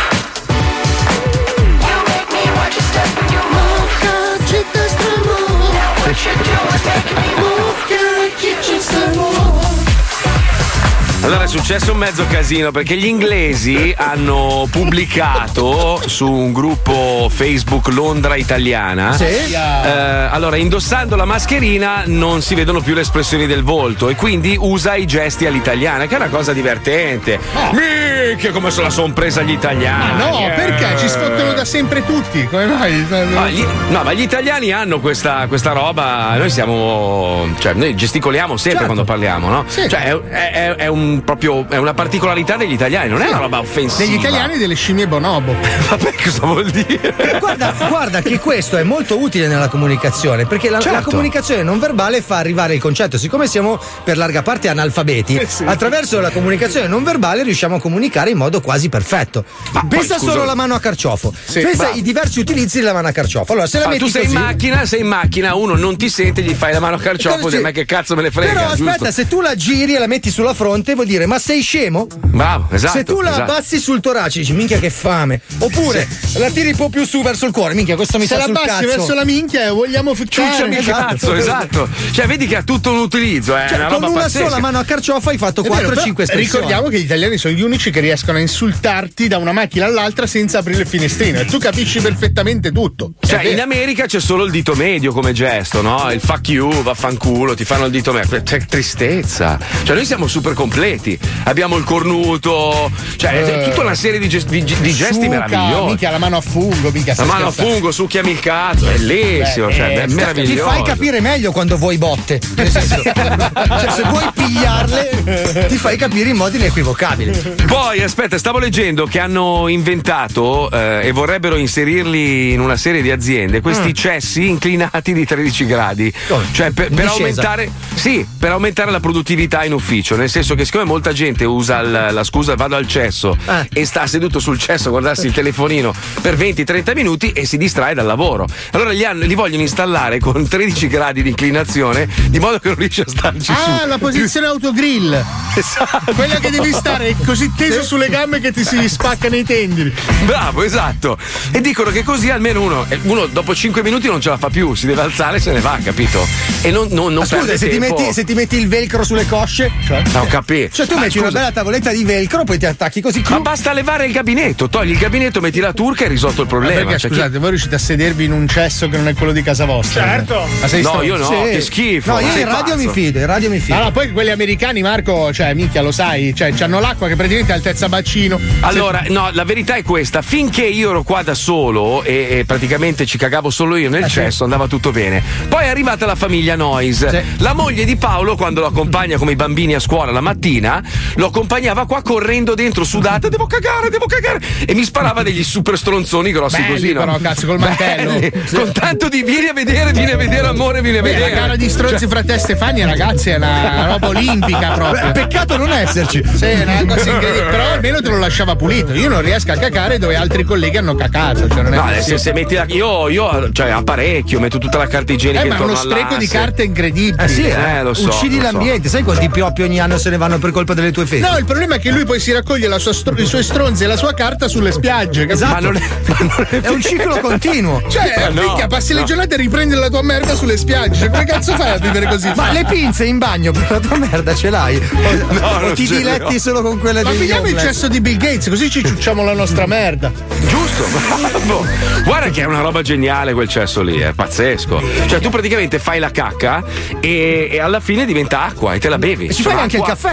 Allora è successo un mezzo casino perché gli inglesi hanno pubblicato su un gruppo Facebook Londra italiana. Sì. Eh, allora, indossando la mascherina non si vedono più le espressioni del volto e quindi usa i gesti all'italiana, che è una cosa divertente. Oh. Minchia, come se la son presa gli italiani. Ma no, perché ci sfottono da sempre tutti? Come mai? No, gli, no, ma gli italiani hanno questa, questa roba. Noi siamo. Cioè, noi gesticoliamo sempre certo. quando parliamo, no? Sì. Cioè, è, è, è un proprio è una particolarità degli italiani, non è una roba offensiva. Degli italiani delle scimmie bonobo. Vabbè, cosa vuol dire? Guarda, guarda che questo è molto utile nella comunicazione, perché la, certo. la comunicazione non verbale fa arrivare il concetto. Siccome siamo per larga parte analfabeti, eh sì. attraverso la comunicazione non verbale riusciamo a comunicare in modo quasi perfetto. Ma pensa poi, solo alla mano a carciofo. Sì, pensa bravo. ai diversi utilizzi della mano a carciofo. Allora, se la Ma metti tu sei così, in macchina, sei in macchina, uno non ti sente, gli fai la mano a carciofo, Sì. e ma che cazzo me ne frega. Però aspetta, giusto? se tu la giri e la metti sulla fronte, vuol dire, ma sei scemo? Bravo, esatto. Se tu la esatto. abbassi sul torace, dici minchia che fame. Oppure Sì. la tiri un po' più su verso il cuore, minchia questo mi Se sta la sul abbassi cazzo. verso la minchia e vogliamo ficcare. Ciucciami il cazzo, esatto. Cioè, vedi che ha tutto un utilizzo, eh. Cioè, una con roba una pazzesca. sola mano a carciofo hai fatto È vero, quattro però cinque espressioni. ricordiamo che gli italiani sono gli unici che riescono a insultarti da una macchina all'altra senza aprire il finestrino e tu capisci perfettamente tutto. È Cioè, vero. in America c'è solo il dito medio come gesto, no? Il fuck you, vaffanculo, ti fanno il dito medio. C'è tristezza. Cioè, noi siamo super completi. Abbiamo il cornuto, cioè, Eh. tutta una serie di, gest- di, di gesti Suca, meravigliosi. Minchia, la mano a fungo, minchia. La stai mano a scherzando. fungo, succhiami il cazzo, bellissimo, Beh, cioè, eh, è sta- meraviglioso. Ti fai capire meglio quando vuoi botte. Nel senso, cioè, se vuoi pigliarle, ti fai capire in modo inequivocabile. Poi, aspetta, stavo leggendo che hanno inventato eh, e vorrebbero inserirli in una serie di aziende questi Mm. cessi inclinati di tredici gradi. Come? Cioè, per, In per discesa? aumentare, sì, per aumentare la produttività in ufficio. Nel senso che, siccome molta gente usa il- la scusa vado al cesso Eh. e sta seduto sul cesso a guardarsi il telefonino per venti trenta minuti e si distrae dal lavoro. Allora li, hanno, li vogliono installare con tredici gradi di inclinazione, di modo che non riesce a starci su. Ah, la posizione autogrill. Esatto. Quella che devi stare così teso sulle gambe che ti si spaccano i tendini. Bravo, esatto. E dicono che così almeno uno, uno dopo cinque minuti non ce la fa più, si deve alzare e se ne va, capito? E non, non, non Ma scusa, perde se ti, tempo. metti, se ti metti il velcro sulle cosce, cioè, No, capito. cioè tu Ma metti scusa, una bella tavoletta di velcro, poi ti attacchi così. Ma basta levare il gabinetto, togli il gabinetto, metti la turca e hai risolto il Ma problema. perché Cioè, chi- scusate, voi riuscite a sedervi in un cesso che non è quello di casa vostra? Certo. Ma sei No, stronzo? io no, Sì. che schifo. No, io sei in radio pazzo. mi fido, in radio mi fido. Allora, poi quelli americani, Marco, cioè, minchia, lo sai, cioè, c'hanno l'acqua che praticamente è altezza bacino. Allora, no, la verità è questa: finché io ero qua da solo e, e praticamente ci cagavo solo io nel Eh, sì. cesso, andava tutto bene. Poi è arrivata la famiglia Noyes. Sì. La moglie di Paolo, quando lo accompagna come i bambini a scuola la mattina, lo accompagnava qua correndo dentro, sudata, devo cagare, devo cagare. E mi sparava degli super stronzoni grossi Belli, così, no? però, cazzo, col mantello. Belli. Con tanto di vieni a vedere, vieni a vedere, amore, vieni a Beh, vedere. la gara di stronzi Cioè, fra te e Stefania, ragazzi, è una roba olimpica proprio. Beh, peccato non esserci. Sì, è una cosa incredibile. Però almeno te lo lasciava pulito. Io non riesco a cacare dove altri colleghi hanno cacato. Cioè non è no, possibile. se, se metti la. Io, io cioè, apparecchio, metto tutta la carta igienica Eh, ma è uno intorno spreco di all'asse. carta incredibile. Eh sì, Eh, lo so, uccidi lo so. l'ambiente. Sai quanti pioppi ogni anno se ne vanno per colpa delle tue feste? No, il problema è che lui poi si raccoglie la sua stro- i suoi stronzi e la sua carta sulle spiagge. capito? Esatto. Ma non è, ma non è È un ciclo continuo. Cioè, Ma no, minchia, passi no. le giornate e riprendi la tua merda sulle spiagge. Cioè, come cazzo fai a vivere così? Ma le pinze in bagno per la tua merda ce l'hai? O, No, o non ti ce le diletti ho. solo con quella Ma degli pigliamo il homeless? cesso di Bill Gates, così ci ciucciamo la nostra merda. Giusto, bravo. Guarda che è una roba geniale quel cesso lì, è pazzesco. Cioè, tu praticamente fai la cacca e, e alla fine diventa acqua e te la bevi. E ci fai anche il caffè, eh?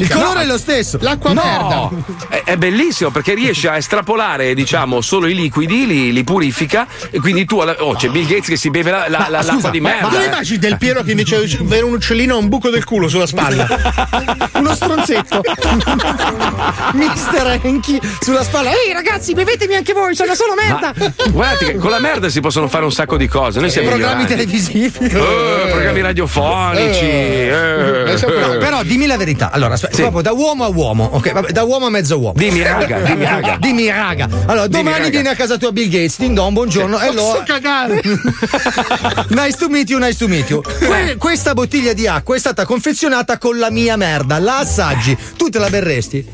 bianca. Il colore no, è lo stesso. L'acqua no, merda. È, è bellissimo perché riesce a estrapolare, diciamo, solo i liquidi, li, li purifica e quindi tu alla, oh, c'è Bill Gates che si beve la, la, Ma, la, scusa, l'acqua di merda. Ma tu eh. immagini Del Piero che invece di avere un uccellino ha un buco del culo sulla spalla? Uno stronzetto. Mister Enki sulla spalla. Ehi ragazzi, bevetemi anche voi, sono solo merda. Ma, guardate che con la merda si possono fare un sacco di cose. Noi siamo programmi ignoranti. televisivi, eh, programmi radiofonici. Eh. No, però dimmi la verità. Allora, aspetta, Sì. proprio da uomo a uomo, ok? Vabbè, da uomo a mezzo uomo. Dimmi raga, dimmi raga. Dimmi raga. Allora, Dimmi, domani raga. vieni a casa tua Bill Gates, ding dong, buongiorno. E Posso allora. cagare? Nice to meet you, nice to meet you. Que- questa bottiglia di acqua è stata confezionata con la mia merda. La assaggi, tu te la berresti?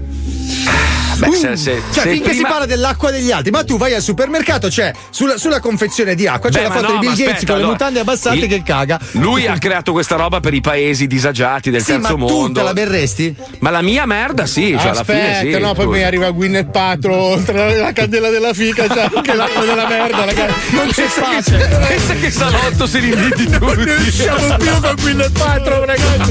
Beh, se, se, Cioè, se finché prima... si parla dell'acqua degli altri, ma tu vai al supermercato, c'è sulla, sulla confezione di acqua, c'è Beh, la ma foto no, di Bill ma Gates aspetta, con le allora, mutande abbassate il- che caga. Lui ha creato questa roba per i paesi disagiati del Sì, terzo ma tu mondo. te la berresti? Ma la mia merda sì, cioè alla Aspetta, fine sì. no, poi scusa. mi arriva Gwyneth Paltrow tra la candela della fica, c'è anche l'acqua della merda, ragazzi. Non c'è spazio. Pensa che salotto se li inviti tutti. Non riusciamo più con Gwyneth Paltrow, ragazzi.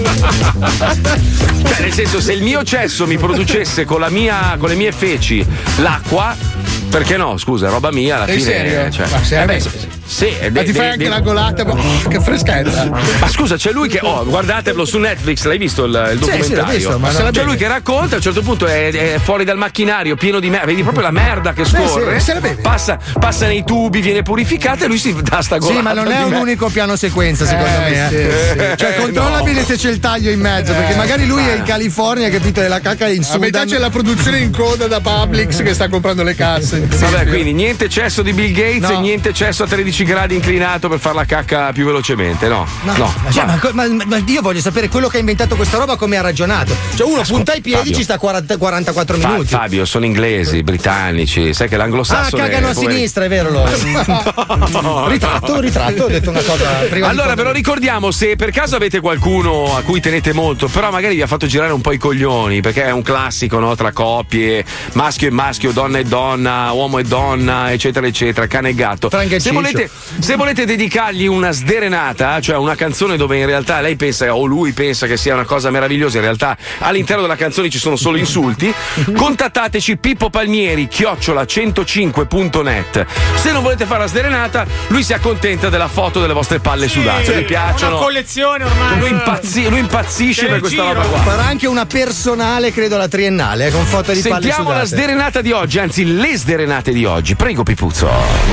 Cioè, nel senso, se il mio cesso mi producesse con la mia, con le mie feci l'acqua, perché no? Scusa, è roba mia alla Sei fine. serio? Cioè, Ma sei eh beh, messo? sì, è Ma de- ti fai de- anche de- la golata, ma- oh, che freschezza. Ma scusa, c'è lui che. Oh, guardatelo su Netflix, l'hai visto il, il Sì, sì, l'ho documentario? visto, ma c'è non- lui che racconta, a un certo punto è, è fuori dal macchinario pieno di merda, vedi proprio la merda che scorre. sì, se la beve. passa, passa nei tubi, viene purificata e lui si dà sta golata. Sì, ma non è di un merda. unico piano sequenza, secondo Eh, me. sì, eh. sì. Cioè, Eh, controlla no. bene se c'è il taglio in mezzo, perché magari lui è in California, capito? E la cacca è in A metà Sudan. c'è la produzione in coda da Publix che sta comprando le casse. Vabbè, quindi niente cesso di Bill Gates No. e niente cesso a tredici gradi inclinato per fare la cacca più velocemente, no? No, no. ma, cioè, va. ma- ma- ma io voglio sapere quello che ha inventato questa roba come ha ragionato. Cioè, uno punta ai piedi, Fabio. ci sta quaranta, quarantaquattro Fa- minuti. Fabio, sono inglesi, britannici, sai che Ah, l'anglosassone. cagano a poveri- sinistra, è vero loro. ritratto, ritratto, ho detto una cosa prima. di Allora, ve lo ricordiamo, se per caso avete qualcuno a cui tenete molto, però magari vi ha fatto girare un po' i coglioni, perché è un classico, no? Tra coppie, maschio e maschio, donna e donna, uomo e donna, eccetera, eccetera, cane e gatto. Tranche e Se ciccio. volete, se volete dedicargli una sderenata, cioè una canzone dove in realtà lei pensa o lui pensa che sia una cosa meravigliosa, in realtà all'interno della canzone ci sono solo insulti, contattateci Pippo Palmieri chiocciola centocinque punto net. Se non volete fare la sderenata, lui si accontenta della foto delle vostre palle sudate. Sì, Mi piacciono. una collezione ormai. Lui, impazzi- lui impazzisce Che per ne questa giro. roba qua. Farà anche una personale, credo, la triennale, eh, con foto di palle Sentiamo sudate. la sderenata di oggi, anzi le sderenate di oggi. Prego Pipuzzo.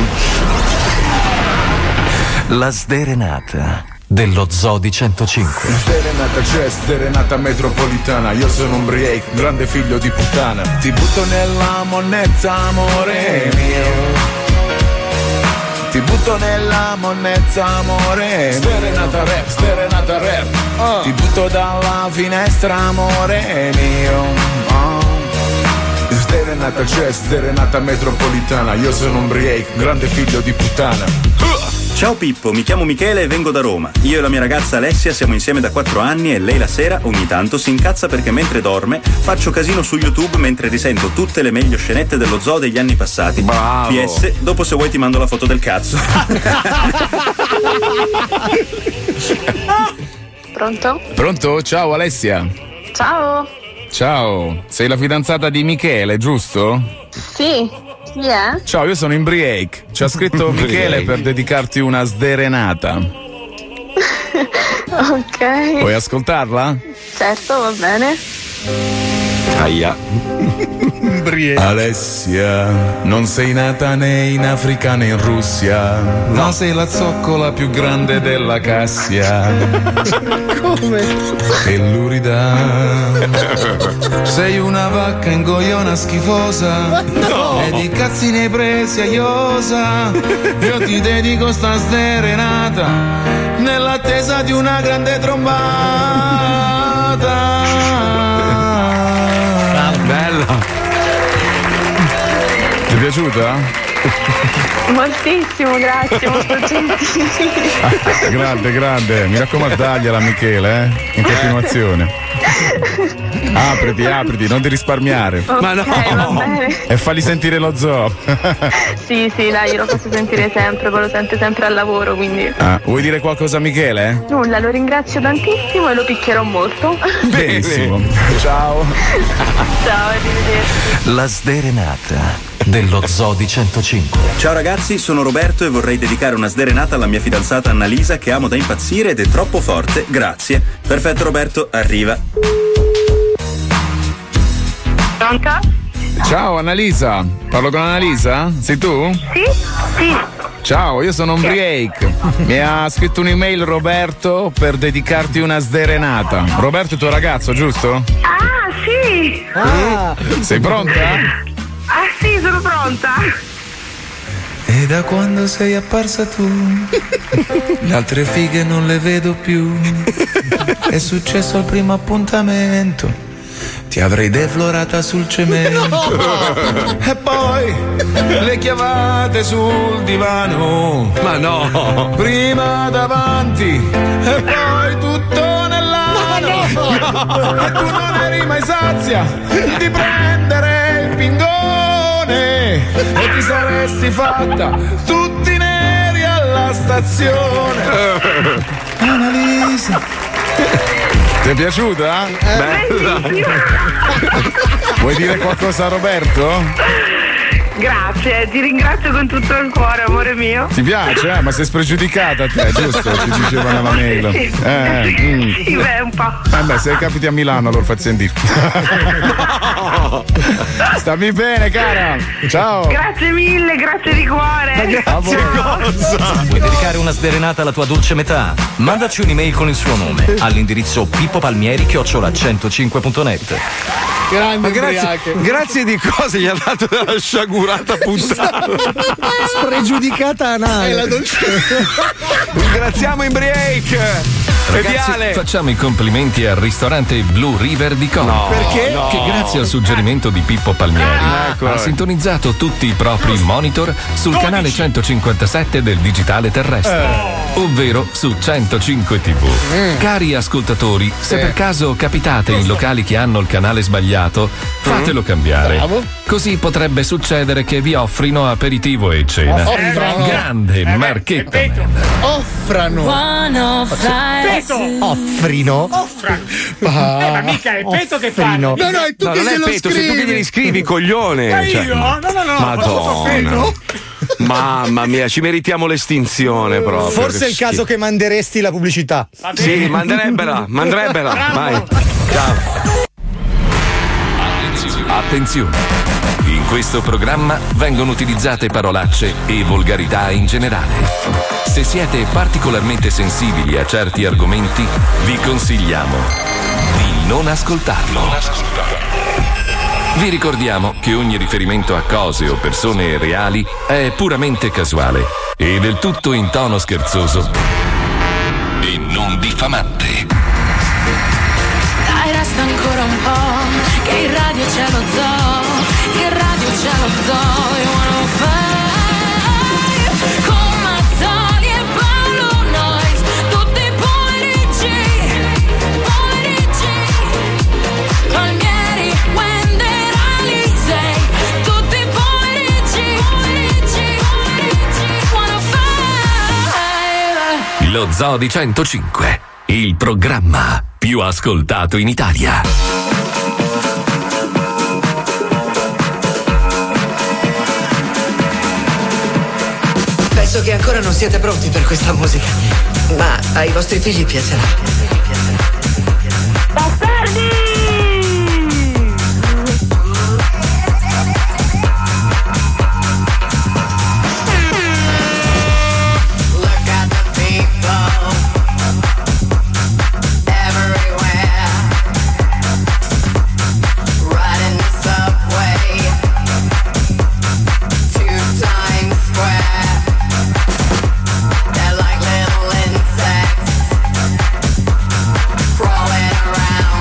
La sderenata dello Zoo di centocinque. Sderenata c'è, sderenata metropolitana. Io sono un break, grande figlio di puttana. Ti butto nella monnezza, amore mio. Ti butto nella monnezza, amore. Sderenata rap, sderenata rap. Oh. Ti butto dalla finestra, amore mio. Oh. Sderenata c'è, sderenata metropolitana. Io sono un break, grande figlio di puttana. Ciao Pippo, mi chiamo Michele e vengo da Roma. Io e la mia ragazza Alessia siamo insieme da quattro anni e lei la sera ogni tanto si incazza perché mentre dorme faccio casino su YouTube mentre risento tutte le meglio scenette dello zoo degli anni passati. Bravo. P S, dopo se vuoi ti mando la foto del cazzo. Pronto? Pronto? Ciao Alessia. Ciao. Ciao, sei la fidanzata di Michele, giusto? Sì, chi è? Ciao, io sono in Break. Ci ha scritto Michele per dedicarti una sderenata. Ok. Vuoi ascoltarla? Certo, va bene. Aia. Alessia, non sei nata né in Africa né in Russia, ma sei la zoccola più grande della Cassia. Come? Che lurida. Sei una vacca ingoiona schifosa. No. E di cazzi ne hai presi a iosa. Io ti dedico sta sderenata nell'attesa di una grande trombata. Bella. Ti è piaciuta? Moltissimo, grazie, molto gentili. Grande, grande. Mi raccomando, dagliela a Michele, eh? In continuazione. Apriti, apriti, non ti risparmiare. Ok, Ma no. va bene. E falli sentire lo zoo. Sì, sì, dai, io lo faccio sentire sempre, poi lo sento sempre al lavoro, quindi. Ah, vuoi dire qualcosa a Michele? Nulla, lo ringrazio tantissimo e lo picchierò molto. Benissimo. Ciao. Ciao, arrivederci. La sderenata dello Zoo di centocinque. Ciao ragazzi, sono Roberto e vorrei dedicare una sderenata alla mia fidanzata Annalisa che amo da impazzire ed è troppo forte, grazie. Perfetto Roberto, arriva. Pronta? Ciao Annalisa, parlo con Annalisa? Sei tu? Sì? Sì. Ciao, io sono Ombriake. Mi ha scritto un'email Roberto per dedicarti una sderenata. Roberto è tuo ragazzo, giusto? Ah, sì! Ah. Sei pronta? Ah, sì, sono pronta. E da quando sei apparsa tu, le altre fighe non le vedo più. È successo al primo appuntamento, ti avrei deflorata sul cemento. No! E poi le chiavate sul divano. Ma no! Prima davanti e poi tutto nell'ano. No, no. E tu non eri mai sazia di prendere il pingone e ti saresti fatta tutti neri alla stazione. Annalisa, ti è piaciuta? Bella. Vuoi dire qualcosa a Roberto? Grazie, ti ringrazio con tutto il cuore, amore mio. Ti piace? Eh? Ma sei spregiudicata a te, giusto? Ti diceva nella mail. Sì, Eh, mm. sì, beh, un po'. Eh beh, se capiti a Milano allora fai sentire. No! Stammi bene, cara. Ciao. Grazie mille, grazie di cuore. Grazie cosa? Vuoi dedicare una sderenata alla tua dolce metà? Mandaci un'email con il suo nome all'indirizzo pippopalmieri chiocciola centocinque punto net. Grande Ma grazie, grazie di cosa gli ha dato della sciagurata puttana. Spregiudicata anale. È la dolce. Ringraziamo Embriake. Ragazzi, facciamo i complimenti al ristorante Blue River di Como. No, perché? no. Che grazie al suggerimento di Pippo Palmieri ecco. ha sintonizzato tutti i propri monitor sul canale centocinquantasette del digitale terrestre, Eh. ovvero su centocinque tivù. Mm. Cari ascoltatori, se per caso capitate in locali che hanno il canale sbagliato, fatelo cambiare. Bravo. Così potrebbe succedere che vi offrino aperitivo e cena. Offrano. Grande marchetta. Offrano. Peto! Offrino. Offrano. Ah, Eh, ma mica è Peto che fa. Offrino. No, no, è tu No, che non è glielo Peto, sei tu che glieli scrivi, coglione. Ma Cioè, io? No, no, no. Madonna. Mamma mia, ci meritiamo l'estinzione proprio. Forse è il Che caso che manderesti la pubblicità. schifo. Sì, manderebbela, manderebbela. Vai. Ciao. Attenzione! In questo programma vengono utilizzate parolacce e volgarità in generale. Se siete particolarmente sensibili a certi argomenti, vi consigliamo di non ascoltarlo. Vi ricordiamo che ogni riferimento a cose o persone reali è puramente casuale e del tutto in tono scherzoso e non diffamante. Dai, resta ancora un po', che in radio c'è lo zoo, che in radio c'è lo zoo, io wanna fight, con Mazzoli e Paolo Noyes, tutti i pomeriggi, pomeriggi, Palmieri, Wender, Alisei, tutti i pomeriggi, pomeriggi, pomeriggi, wanna fight. Lo Zoo di centocinque, il programma più ascoltato in Italia. Penso che ancora non siete pronti per questa musica, ma ai vostri figli piacerà. Bastardi! Crawling around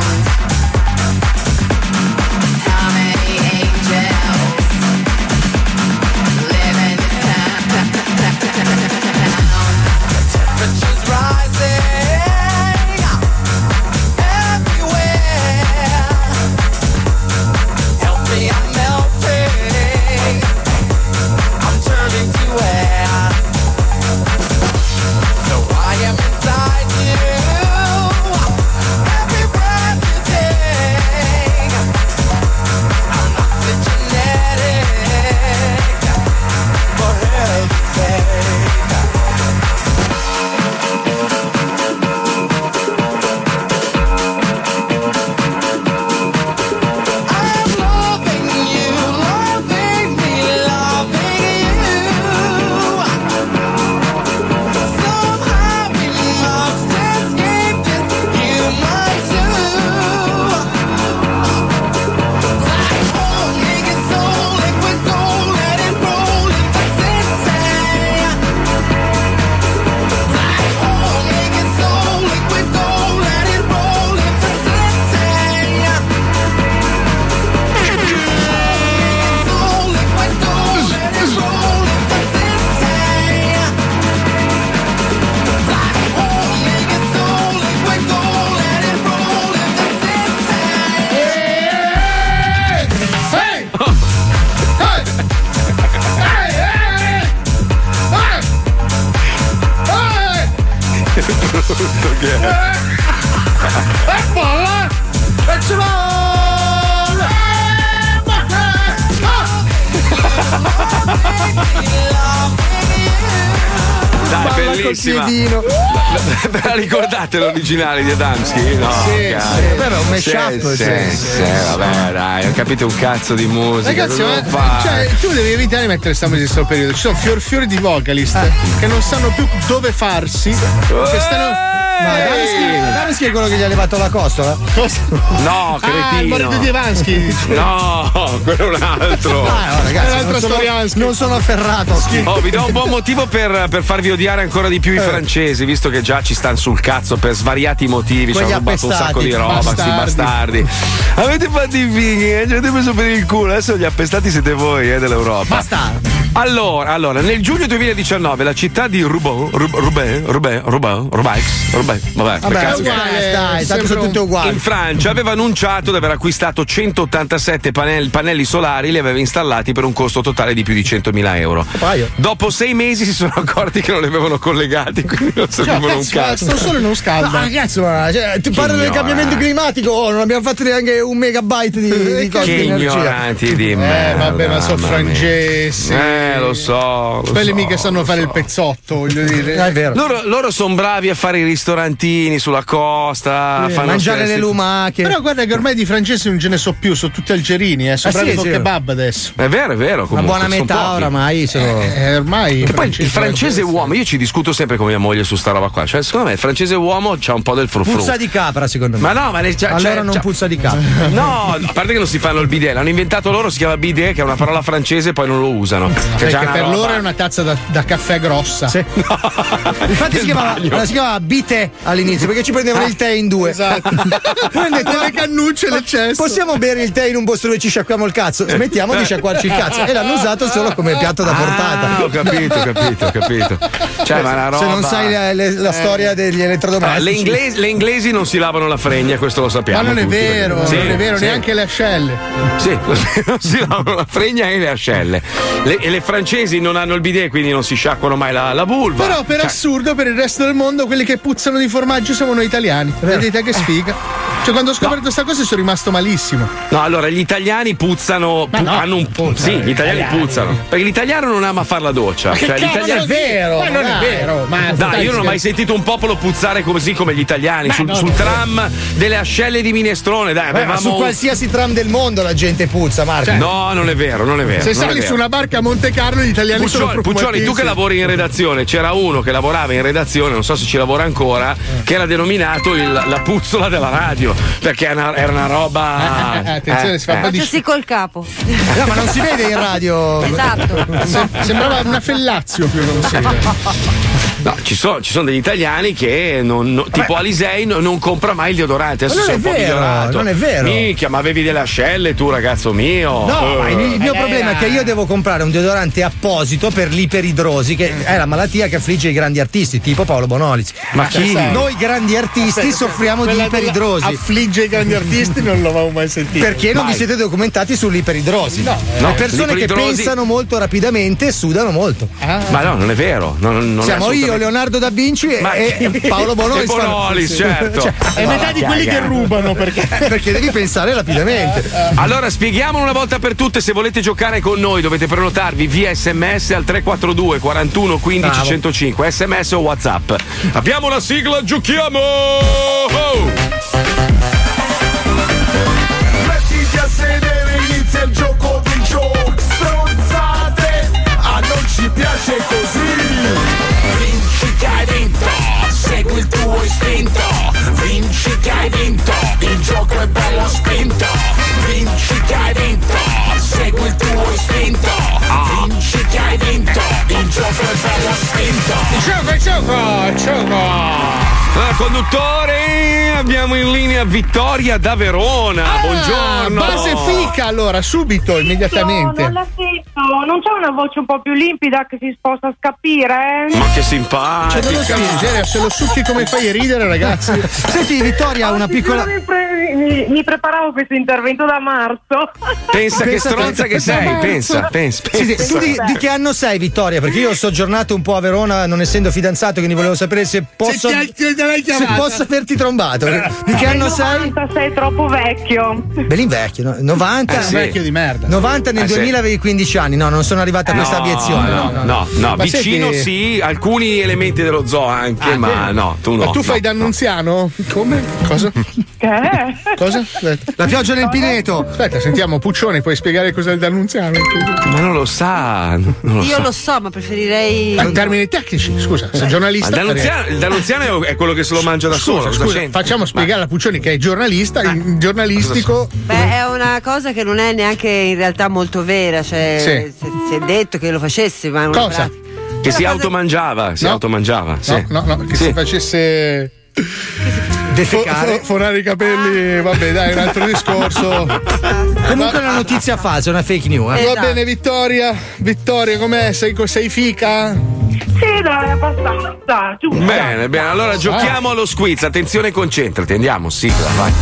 Certo che è. E palla! E ci va! Dai, bellissima. Ve la ricordate l'originale di Adamski? No, sì, cazzo. sì. Vabbè, un mashup. Sì, sì, sì, sì, vabbè, dai, ho capito un cazzo di musica. Ragazzi, ma, cioè, tu devi evitare di mettere questa musica in questo periodo. Ci sono fior fiori di vocalist eh. che non sanno più dove farsi. Che stanno. Ma Adamski è quello che gli ha levato la costola? No, cretino. Ah, il marito di Evansky. No, quello è un altro. Ah, no, ragazzi, è un'altra storia. Non sono afferrato. Oh, vi do un buon motivo per, per farvi odiare ancora di più i francesi, visto che già ci stanno sul cazzo per svariati motivi. Ci hanno rubato un sacco di roba, questi bastardi. Avete fatto i fighi, eh? Ci avete preso per il culo. Adesso gli appestati siete voi, eh, dell'Europa. Bastardi. Allora, allora, nel giugno duemiladiciannove la città di Roubaix, Roubaix, Roubaix, Roubaix, Roubaix, Roubaix, vabbè, vabbè cazzo uguale, dai, tanto sono tutte uguali. In Francia aveva annunciato di aver acquistato centottantasette pannelli, pannelli solari, li aveva installati per un costo totale di più di centomila euro. Dopo sei mesi si sono accorti che non li avevano collegati, quindi non servivano un cazzo. Sto sole non scalda. Ma ragazzi, ma cioè, tu parli del cambiamento climatico, oh, non abbiamo fatto neanche un megabyte di, di che di ignoranti di me. Eh, vabbè, ma sono francesi. Eh, lo so. Lo Quelli so, mica sanno fare so. il pezzotto, voglio dire. È vero. Loro, loro sono bravi a fare i ristorantini sulla costa, Sì, fanno mangiare stessi... le lumache. Però guarda che ormai di francesi non ce ne so più, sono tutti algerini, eh. Sono Eh, bravi sì, con sì. kebab adesso. È vero, è vero. Una Comunque, buona sono metà pochi. oramai sono... Eh, ormai E poi il francesi francese uomo, io ci discuto sempre con mia moglie su sta roba qua. Cioè, secondo me il francese uomo c'ha un po' del frufru. Puzza di capra, secondo me. Ma no, ma ne, cioè, allora cioè, non cioè, puzza di capra. No, a parte che non si fanno il bidet, l'hanno inventato loro, si chiama bidet, che è una parola francese, poi non lo usano. Che Perché per roba. loro è una tazza da, da caffè grossa. Sì. Infatti si chiamava, si chiamava bite all'inizio perché ci prendevano il tè in due. Esatto. Prendete le cannucce e l'eccesso. Possiamo bere il tè in un posto dove ci sciacquiamo il cazzo? Smettiamo di sciacquarci il cazzo. E l'hanno usato solo come piatto da portata. Ah, ho capito, ho capito, ho capito. Cioè, ma una roba... Se non sai la, le, la storia degli elettrodomestici. Ah, le, inglesi, le inglesi non si lavano la fregna, questo lo sappiamo. Ma non è tutti, vero, perché... non sì, è vero, sì. neanche le ascelle. Sì, non si lavano la fregna e le ascelle. Le, e le francesi non hanno il bidet, quindi non si sciacquano mai la, la vulva. Però per Cioè, assurdo, per il resto del mondo, quelli che puzzano di formaggio siamo noi italiani. Vedete che sfiga. Cioè, quando ho scoperto questa cosa sono rimasto malissimo. No, allora gli italiani puzzano. Pu- no, hanno un puzza, Sì, gli italiani, italiani. puzzano. Perché l'italiano non ama fare la doccia. Ma che Cioè, cazzo l'italiano... è vero? Ma non è vero. Ma Dai, io non ho mai sentito un popolo puzzare così come gli italiani. Ma Sul, no, sul no, tram delle ascelle di minestrone, dai, Beh, ma avevamo. su qualsiasi tram del mondo la gente puzza, Marco. Cioè, no, non è vero, non è vero. Se non è sali vero. su una barca a Monte Carlo, gli italiani sono Puccioli, Puccioli, tu che lavori in redazione, c'era uno che lavorava in redazione, non so se ci lavora ancora, che era denominato il, la puzzola della radio, perché era una, era una roba. Eh, attenzione, eh, si fa un po' di Facciasi col capo. No, ma non si vede in radio. Esatto. Se- sembrava una fellazio più che un segno. No, ci sono, ci sono degli italiani che non, non- tipo Alisei non, non compra mai il deodorante. Adesso Ma sei non un è po' vero, migliorato. non è vero. Minchia, ma avevi delle ascelle tu, ragazzo mio. No, Eh. ma il, il mio Eh, problema è che io devo comprare un deodorante apposito per l'iperidrosi, che è la malattia che affligge i grandi artisti, tipo Paolo Bonolis. Ma chi? Noi grandi artisti soffriamo di Quella iperidrosi. della Affligge i grandi artisti, non l'avevo mai sentito. Perché non Mai. vi siete documentati sull'iperidrosi? No, Le no, persone che l'iperidrosi- pensano molto rapidamente e sudano molto. Ah. Ma no, non è vero. Non, non è Siamo io, assolutamente- Leonardo da Vinci e, Ma- e Paolo Bonolis. E Bonolis, fanno- certo. Cioè, È metà di quelli che rubano perché. perché devi pensare rapidamente. Allora spieghiamolo una volta per tutte, se volete giocare con noi dovete prenotarvi via sms al tre quattro due quarantuno quindici Bravo. centocinque, sms o WhatsApp. Abbiamo la sigla, giochiamo! Oh! Mettiti a sedere, inizia il gioco di gioco. Stronzate, a non ci piace così. Vinci che hai vinto, segui il tuo istinto. Vinci che hai vinto, il gioco è bello spinto. Vinci che hai vinto, segui il tuo istinto. Vinci che hai vinto, il gioco è bello spinto. Gioco, gioco, gioco. Allora, conduttore, abbiamo in linea Vittoria da Verona. Ah, Buongiorno. Base fica allora, subito, immediatamente. Non la sento, non c'è una voce un po' più limpida che si sposta a scapire? Ma che Cioè, non lo simpatica. spingere, se lo succhi come fai a ridere, ragazzi. Senti, Vittoria ha una piccola. Mi, pre- mi- mi preparavo questo intervento da marzo. Pensa che Pensa stronza te. che sei, pensa, pensa. Sì, sì, pensa. tu di, di che anno sei, Vittoria? Perché io ho soggiornato un po' a Verona non essendo fidanzato, quindi volevo sapere se posso. Se ti, te l'hai se posso averti trombato. Di che anno sei? Sei troppo vecchio. Bell'invecchio, no? novanta? Eh sì. Vecchio di merda. novanta nel Eh sì. duemila avevi quindici anni. No, non sono arrivata a questa No, obiezione. No, no, no, no. Ma vicino senti- sì, alcuni elementi dello zoo anche, Ah, ma che- no, tu no. Ma tu fai no, d'annunziano? Come? Cosa? Che? Cosa? Aspetta. La pioggia nel pineto. Aspetta, sentiamo, Puccioni, puoi spiegare cos'è il d'annunziano? Ma non lo sa. Non lo Io sa. lo so, ma preferirei. In termini tecnici, scusa, sei Ma giornalista. il D'Annunziano, il D'Annunziano è quello che se lo mangia da Scusa, solo. cosa scusa, c'entra? facciamo spiegare a Puccioni che è giornalista, il giornalistico. Beh, è una cosa che non è neanche in realtà molto vera. Cioè, Sì. si, si è detto che lo facesse, ma è una Cosa? pratica. Che si cosa- automangiava, si No. automangiava. Sì. No, no, no, che Sì. si facesse. Defecare. Fo- fo- forare i capelli, vabbè, dai, un altro discorso. Comunque è una notizia falsa, una fake news. Eh. Va Esatto. bene, Vittoria. Vittoria, com'è? Sei, sei fica? Sì, dai, abbastanza. Giusto. Bene, bene, allora giochiamo allo squiz. Attenzione, concentrati, andiamo, sigla, vai.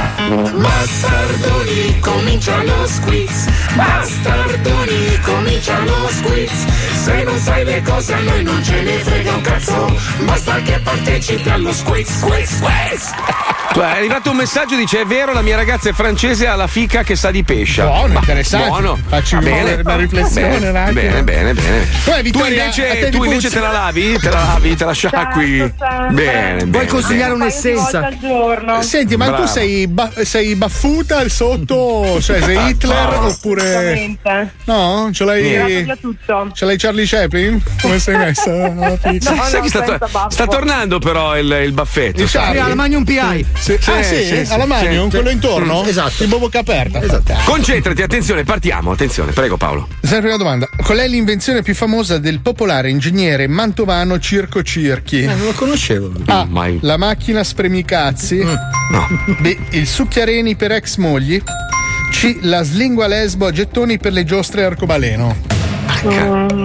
Bastardoni, comincia lo squiz. Bastardoni, comincia lo squiz. Se non sai le cose a noi non ce ne frega un cazzo. Basta che partecipi allo squiz, squiz, squiz. È arrivato un messaggio, dice: è vero, la mia ragazza è francese, ha la fica che sa di pesce. Buono, interessante. Buono. Facci bene, una riflessione bene, un attimo. bene, bene, bene. Poi, Tu Vittoria, a invece, te tu ti invece puzza. te la lavi? Te la lavi, te la sciacqui? Certo, sempre. Bene, bene. Vuoi consigliare Un paio di volte un'essenza? al giorno. Senti, ma Brava. tu sei, ba- sei baffuta al sotto? Cioè, sei Hitler No. oppure. Assolutamente. No? Ce l'hai. Tirato via tutto. Ce l'hai Charlie Chaplin? Come sei messa? alla pizza? No, Sai no, che sta, senza baffo. sta tornando però il, il baffetto. Il sai? Charlie? Alla Magnum P I. Sì, Sì, ah, sì, sì, sì, alla Magnum, sì. quello intorno? Mm, esatto. In bocca aperta. Esatto. Concentrati, attenzione, partiamo, attenzione, prego Paolo. Sempre una domanda. Qual è l'invenzione più famosa del popolare ingegnere mantovano Circo Circhi? Non lo conoscevo. A. mai. La macchina spremicazzi. No. B. Il succhiareni per ex mogli. C. La slingua lesbo a gettoni per le giostre arcobaleno. Mm.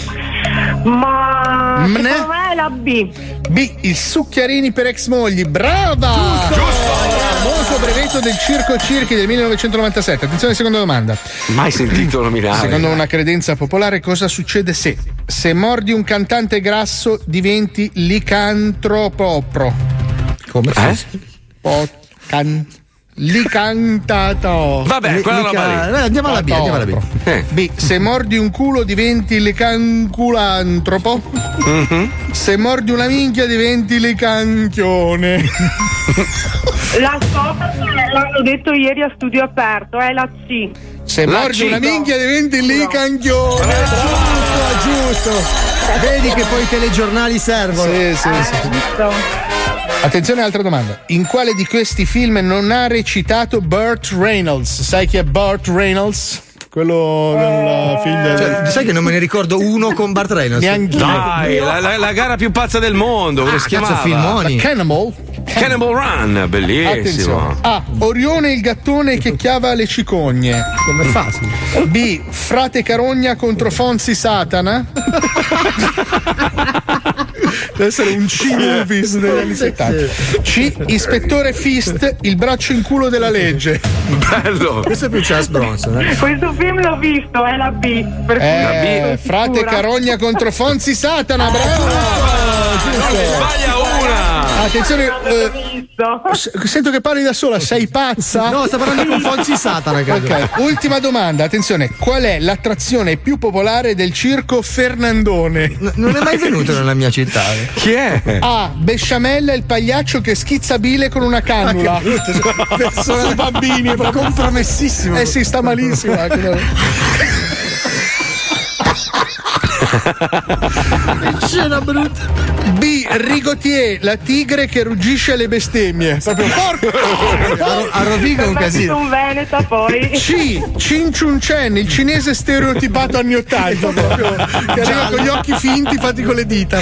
Ma Mne? secondo me è la B. B. Il succhiarini per ex mogli. Brava! Giusto! Famoso brevetto del Circo Circhi del millenovecentonovantasette. Attenzione, seconda domanda. Mai sentito nominare. Secondo una credenza popolare, cosa succede se se mordi un cantante grasso diventi licantropopro? Come? Eh? Po- can- licantato. Vabbè, quella Lica- roba lì. Eh, Andiamo alla B, andiamo alla B. Eh. B. Se mordi un culo diventi licanculantropo. Mhm. Se mordi una minchia diventi licanchione. La so perché l'hanno detto ieri a studio aperto, è la C. Se La mordi C. una minchia diventi licanchione. Giusto, giusto. Vedi che poi i telegiornali servono. Sì, sì, sì. Attenzione, altra domanda. In quale di questi film non ha recitato Burt Reynolds? Sai chi è Burt Reynolds? Quello del figlio. Cioè, sai che non me ne ricordo uno con Bart Reynolds? Neanche Dai, la, la- la gara più pazza del mondo, come Ah, si cazzo, chiamava? filmoni. Cannibal. Cannibal Run, bellissimo. Attenzione. A. Orione il gattone che chiava le cicogne. Come fa? Sì. B. Frate Carogna contro Fonzi Satana. Deve essere un C-movies degli anni settanta. C. Ispettore Fist, il braccio in culo della legge. Bello. Questo è più Charles Bronson. Eh? Questo film l'ho visto, è la B. Per cui Eh, sono Frate sicura. Carogna contro Fonzi Satana, bravo! Non ne sbaglia una. Attenzione, eh, Visto. s- sento che parli da sola, sei pazza? No, sta parlando con Fonzi Satana, credo. Ok, ultima domanda, attenzione, qual è l'attrazione più popolare del circo Fernandone? N- non è mai venuto nella mia città. eh. Chi è? A. Besciamella, il pagliaccio che schizza bile con una cannula. Sono bambini, è proprio compromessissimo. Eh sì, sta malissimo. Scena brutta. B. Rigotier, la tigre che ruggisce alle bestemmie. Proprio porco. A, a Rovigo è un Per me casino. sono veneta poi. C. Chin Chun Chen, il cinese stereotipato anni ottanta, proprio, che arriva con gli occhi finti fatti con le dita.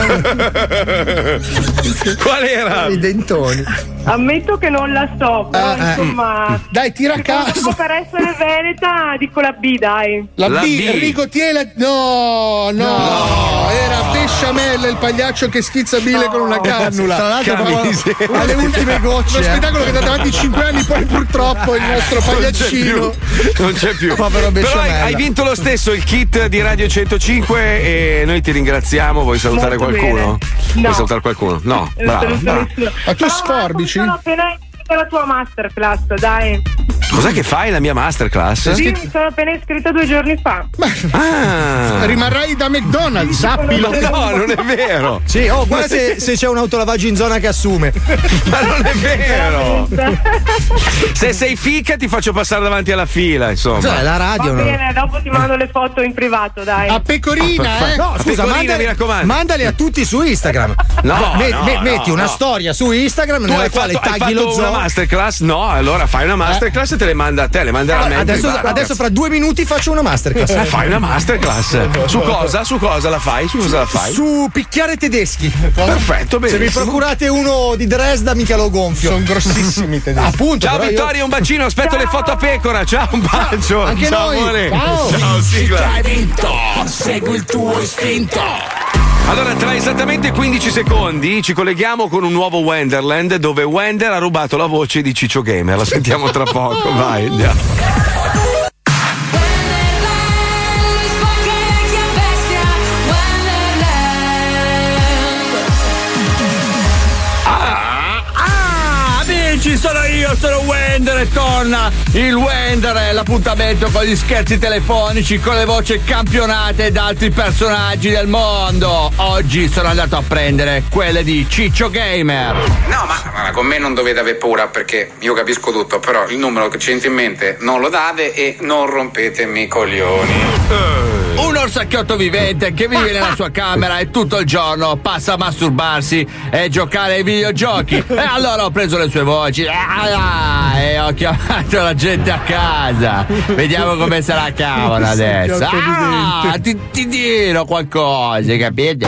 Qual era? I dentoni. Ammetto che non la so, però Eh, eh. insomma. Dai, tira a Secondo caso. me per essere veneta dico la B, dai. La, La B, B. Rigotier, la... no, no, era besciamella, il pagliaccio che schizza bile con una cannula. Tra l'altro, Camiseria. alle ultime gocce. Uno spettacolo che è andato avanti cinque anni, poi purtroppo il nostro pagliaccino. Non c'è più. Povero Però hai, besciamella. hai vinto lo stesso il kit di Radio centocinque e noi ti ringraziamo. Vuoi salutare Molto qualcuno? bene. Vuoi No. salutare qualcuno? No, Non bravo. saluto bravo. nessuno. Ma tu Però, sforbici? Marco, sono appena iscritta alla tua masterclass, dai. Cos'è che fai la mia masterclass? Sì, mi sono appena iscritta due giorni fa. Ah. Rimarrai da McDonald's, sappilo. No, non è vero. Sì, oh, guarda se, se c'è un autolavaggio in zona che assume. Ma non è vero. Se sei fica ti faccio passare davanti alla fila, insomma. Cioè, la radio. Va no? bene, dopo ti mando le foto in privato, dai. A pecorina, eh? No, A scusa, pecorina, mandali, mi raccomando. mandali a tutti su Instagram. No, Me- no, me- no, metti una no. storia su Instagram Tu nella hai quale fatto, hai tagli fatto lo una zoo. masterclass? No, allora fai una masterclass e te le manda a te, le manderà a me. Adesso, Guarda. adesso fra due minuti faccio una masterclass. Eh, fai una masterclass. Su cosa? Su cosa la fai? Su cosa la fai? Su picchiare tedeschi. Perfetto, Se mi benissimo. procurate uno di Dresda, mica lo gonfio. Sono grossissimi tedeschi. Appunto. Ciao però io- Vittorio, un bacino, aspetto le foto a pecora. Ciao, un bacio. Anche Ciao, noi. amore. Ciao. Ciao, sigla. Hai vinto, segui il tuo istinto. Allora, tra esattamente quindici secondi ci colleghiamo con un nuovo Wenderland dove Wender ha rubato la voce di Ciccio Gamer. La sentiamo tra poco, vai, andiamo. Amici, sono io, sono Wender e torna il Wender, l'appuntamento con gli scherzi telefonici, con le voci campionate da altri personaggi del mondo. Oggi sono andato a prendere quelle di Ciccio Gamer. No, ma, ma con me non dovete aver paura perché io capisco tutto, però il numero che c'entra in mente non lo date e non rompetemi i coglioni. Un orsacchiotto vivente che vive nella sua camera e tutto il giorno passa a masturbarsi e giocare ai videogiochi. E allora ho preso le sue voci ah, e ho chiamato la gente a casa. Vediamo come se la cavano adesso. Ah, ti, ti dirò qualcosa, capite?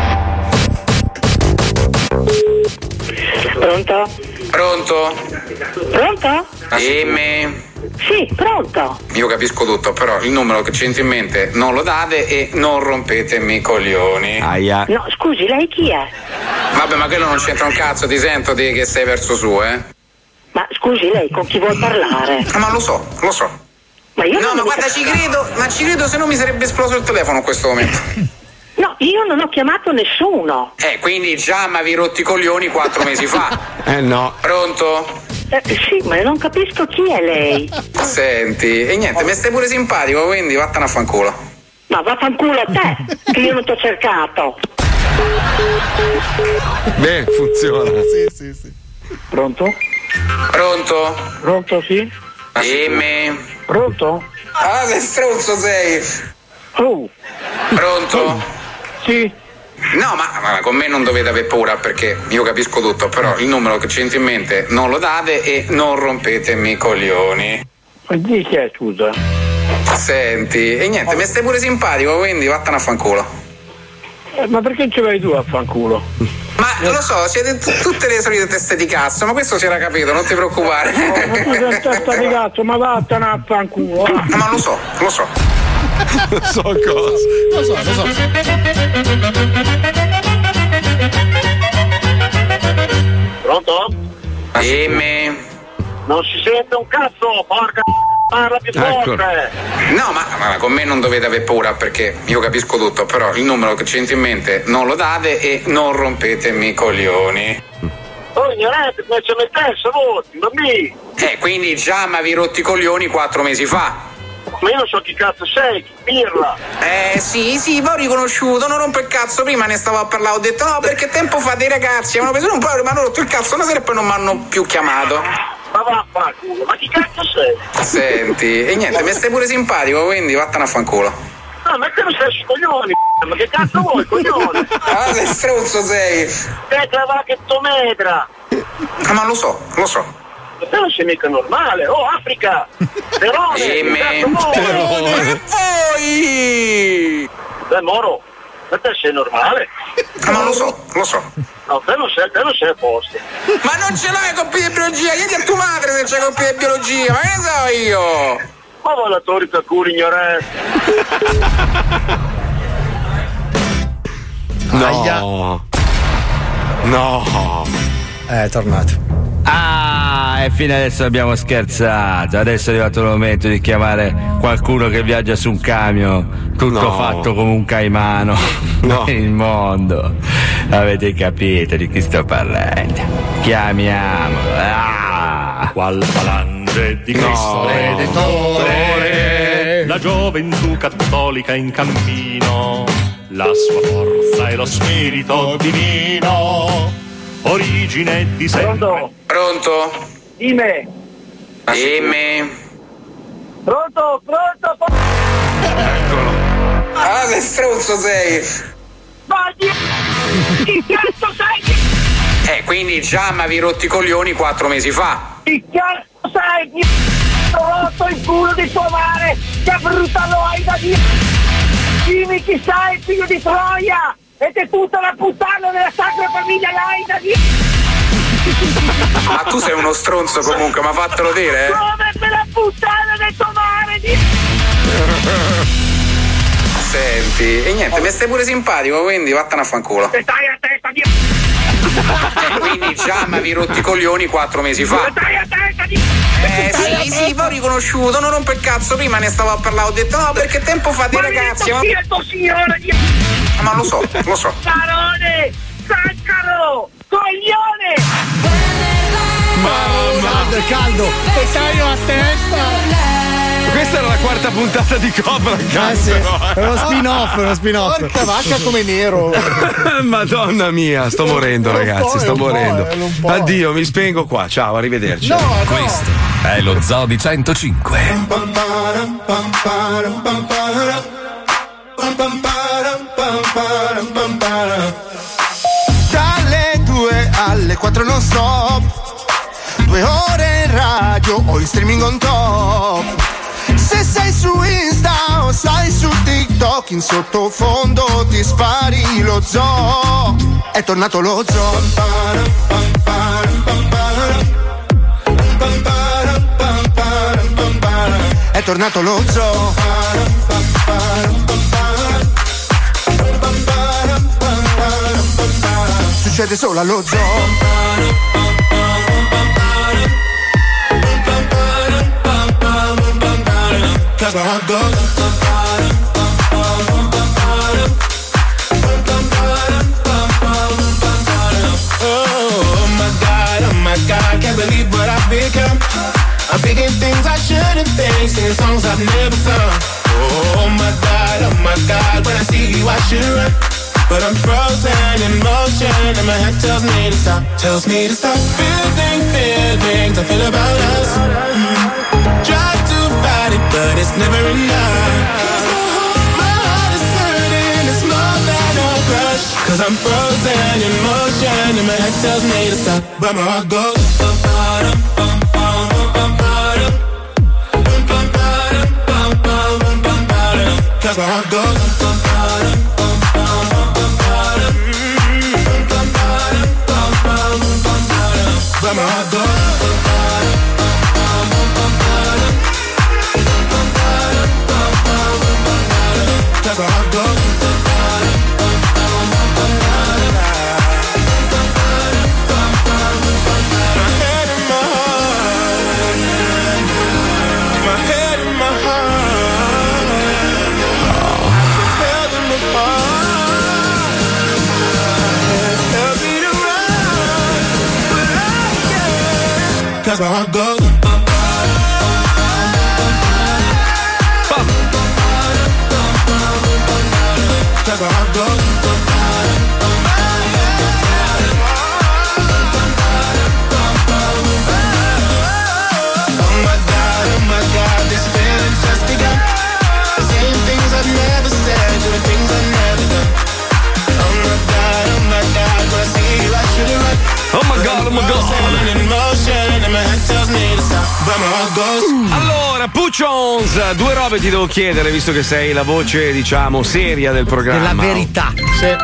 Pronto? Pronto? Pronto? Dimmi. Sì, pronto. Io capisco tutto, però il numero che c'entra in mente non lo date e non rompetemi i coglioni. Aia. No, scusi, lei chi è? Vabbè, ma quello non c'entra un cazzo, ti sento di che sei verso su, eh? Ma scusi, lei con chi vuol parlare? Ah, ma lo so, lo so. Ma io no, non ma ho guarda, cap- ci credo, ma ci credo, se no mi sarebbe esploso il telefono in questo momento. No, io non ho chiamato nessuno. Eh, quindi già mi avevi rotti i coglioni quattro mesi fa. Eh no. Pronto? Eh, sì, ma non capisco chi è lei. Senti, e niente, mi stai pure simpatico, quindi vattene a fanculo. Ma vaffanculo a te, che io non ti ho cercato. Beh, funziona. Sì, sì, sì. Pronto? Pronto? Pronto, sì? Dimmi. Pronto? Ah, che stronzo sei! Oh. Pronto? Sì. No, ma, ma con me non dovete aver paura perché io capisco tutto, però il numero che c'entra in mente non lo date e non rompetemi i coglioni. Ma di chi è, scusa? Senti, e niente, mi stai pure simpatico, quindi vattene a fanculo. Eh, ma perché ci vai tu a fanculo? Ma non lo so, siete t- tutte le solite teste di cazzo, ma questo si era capito, non ti preoccupare. Ma tu sei un testa di cazzo, ma vattene a fanculo. va. Ma lo so, lo so. Non so cosa. Lo so, lo so. Pronto? Dimmi. Non si sente un cazzo, porca parla più Ecco. forte. No, ma, ma con me non dovete aver paura perché io capisco tutto, però il numero che c'entra in mente non lo date e non rompetemi i coglioni. Oh, ignorante, come ci mettesse voti, ma mi. Eh, quindi già mi avevi rotti i coglioni quattro mesi fa. Ma io non so chi cazzo sei, chi pirla. Eh sì, sì, poi ho riconosciuto, non rompo il cazzo, prima ne stavo a parlare, ho detto no, perché tempo fa dei ragazzi avevano preso un po' e mi hanno rotto il cazzo una sera e poi non mi hanno più chiamato. Ma vaffanculo, ma chi cazzo sei? Senti, e niente, mi stai pure simpatico, quindi vattene a fanculo. No, ma che non sei sui coglioni, ma che cazzo vuoi, coglione? Ah, che stronzo sei! Te va che tometra! Ah, ma lo so, lo so. Ma te non sei mica normale, oh Africa! Perone, che Dimmi. cazzo vuoi? Ma che vuoi? Beh, Moro, ma te sei normale? Ah, ma lo so, lo so. No, te non sei, te non sei a posto. Ma non ce l'hai compiti di biologia, chiedi a tua madre se c'è compiti di biologia, ma che ne so io? Ma volatori per culo ignorante. No. No. Eh, è tornato. Ah, e fino adesso abbiamo scherzato. Adesso è arrivato il momento di chiamare qualcuno che viaggia su un camion, tutto No. fatto come un caimano. No. Il mondo. Avete capito di chi sto parlando? Chiamiamolo. Ah. Qual falange di No. Cristo Redentore, la gioventù cattolica in cammino, la sua forza e lo spirito divino, origine di sempre. Pronto? Pronto? Dimmi. Dimmi. Pronto, pronto, pronto. Ah, che stronzo sei! Ma di... Chi cazzo sei? Eh, quindi già mi avevi rotti i coglioni quattro mesi fa. Chi cazzo sei? Di... Ho rotto il culo di tua madre! Che brutta lo hai da dire! Dimmi chi sei, figlio di Troia! E che tutta la puttana della sacra famiglia l'hai da dire! Ma tu sei uno stronzo comunque, ma fatelo dire, eh? Come per la puttana di tua madre! Di... Senti, e niente, mi stai pure simpatico, quindi vattene a fanculo. E stai a testa di... Eh, quindi già mi avevi rotti i coglioni quattro mesi fa. Stai a testa di... Eh sì, sì, poi ho riconosciuto, non rompo il cazzo, prima ne stavo a parlare, ho detto no, perché tempo fa dei ragazzi, ma... Chi è tuo signore di... Ma lo so, lo so. Carone! Zaccaro! Coglione! Mamma! Caldo, è caldo! Che taglio a testa! Questa era la quarta puntata di Cobra Kai. Eh sì, però, eh. è uno spin-off, è uno spin-off. Porca vacca come nero. Madonna mia, sto morendo, Non ragazzi, può, sto non può, morendo. eh, non può. Addio, mi spengo qua. Ciao, arrivederci. No, no. Questo è lo Zoo di centocinque. Dalle due alle quattro non stop, due ore in radio o in streaming on top. Se sei su Insta o stai su TikTok, in sottofondo ti spari lo zoo. È tornato lo zoo. È tornato lo zoo. Succede solo allo zoo. Cause my heart goes. Oh my God, oh my God, can't believe what I've become. I'm thinking things I shouldn't think, singing songs I've never sung. Oh my God, oh my God, when I see you I should run, but I'm frozen in motion and my head tells me to stop, tells me to stop. Feeling, feelings I feel about us. Mm. Try to fight it, but it's never enough. Cause my heart, my heart is hurting, it's more than a crush. Cause I'm frozen in motion and my head tells me to stop, but my heart goes. Cause my heart goes. But my heart goes. Cause my heart goes. My head in my heart. My head in my heart. I can tell them apart. Tell me to run, but I can't. Cause my heart goes. Cause my heart goes. Oh my God, oh my God, this feeling's just begun. Saying things I've never said, doing things I've never done. Oh my God, oh my God, when I see you I should've run. Oh my God, oh my God. In motion and my head tells me to stop, but my heart goes. Allora, Puccions, due robe ti devo chiedere, visto che sei la voce, diciamo, seria del programma. Della verità. Se-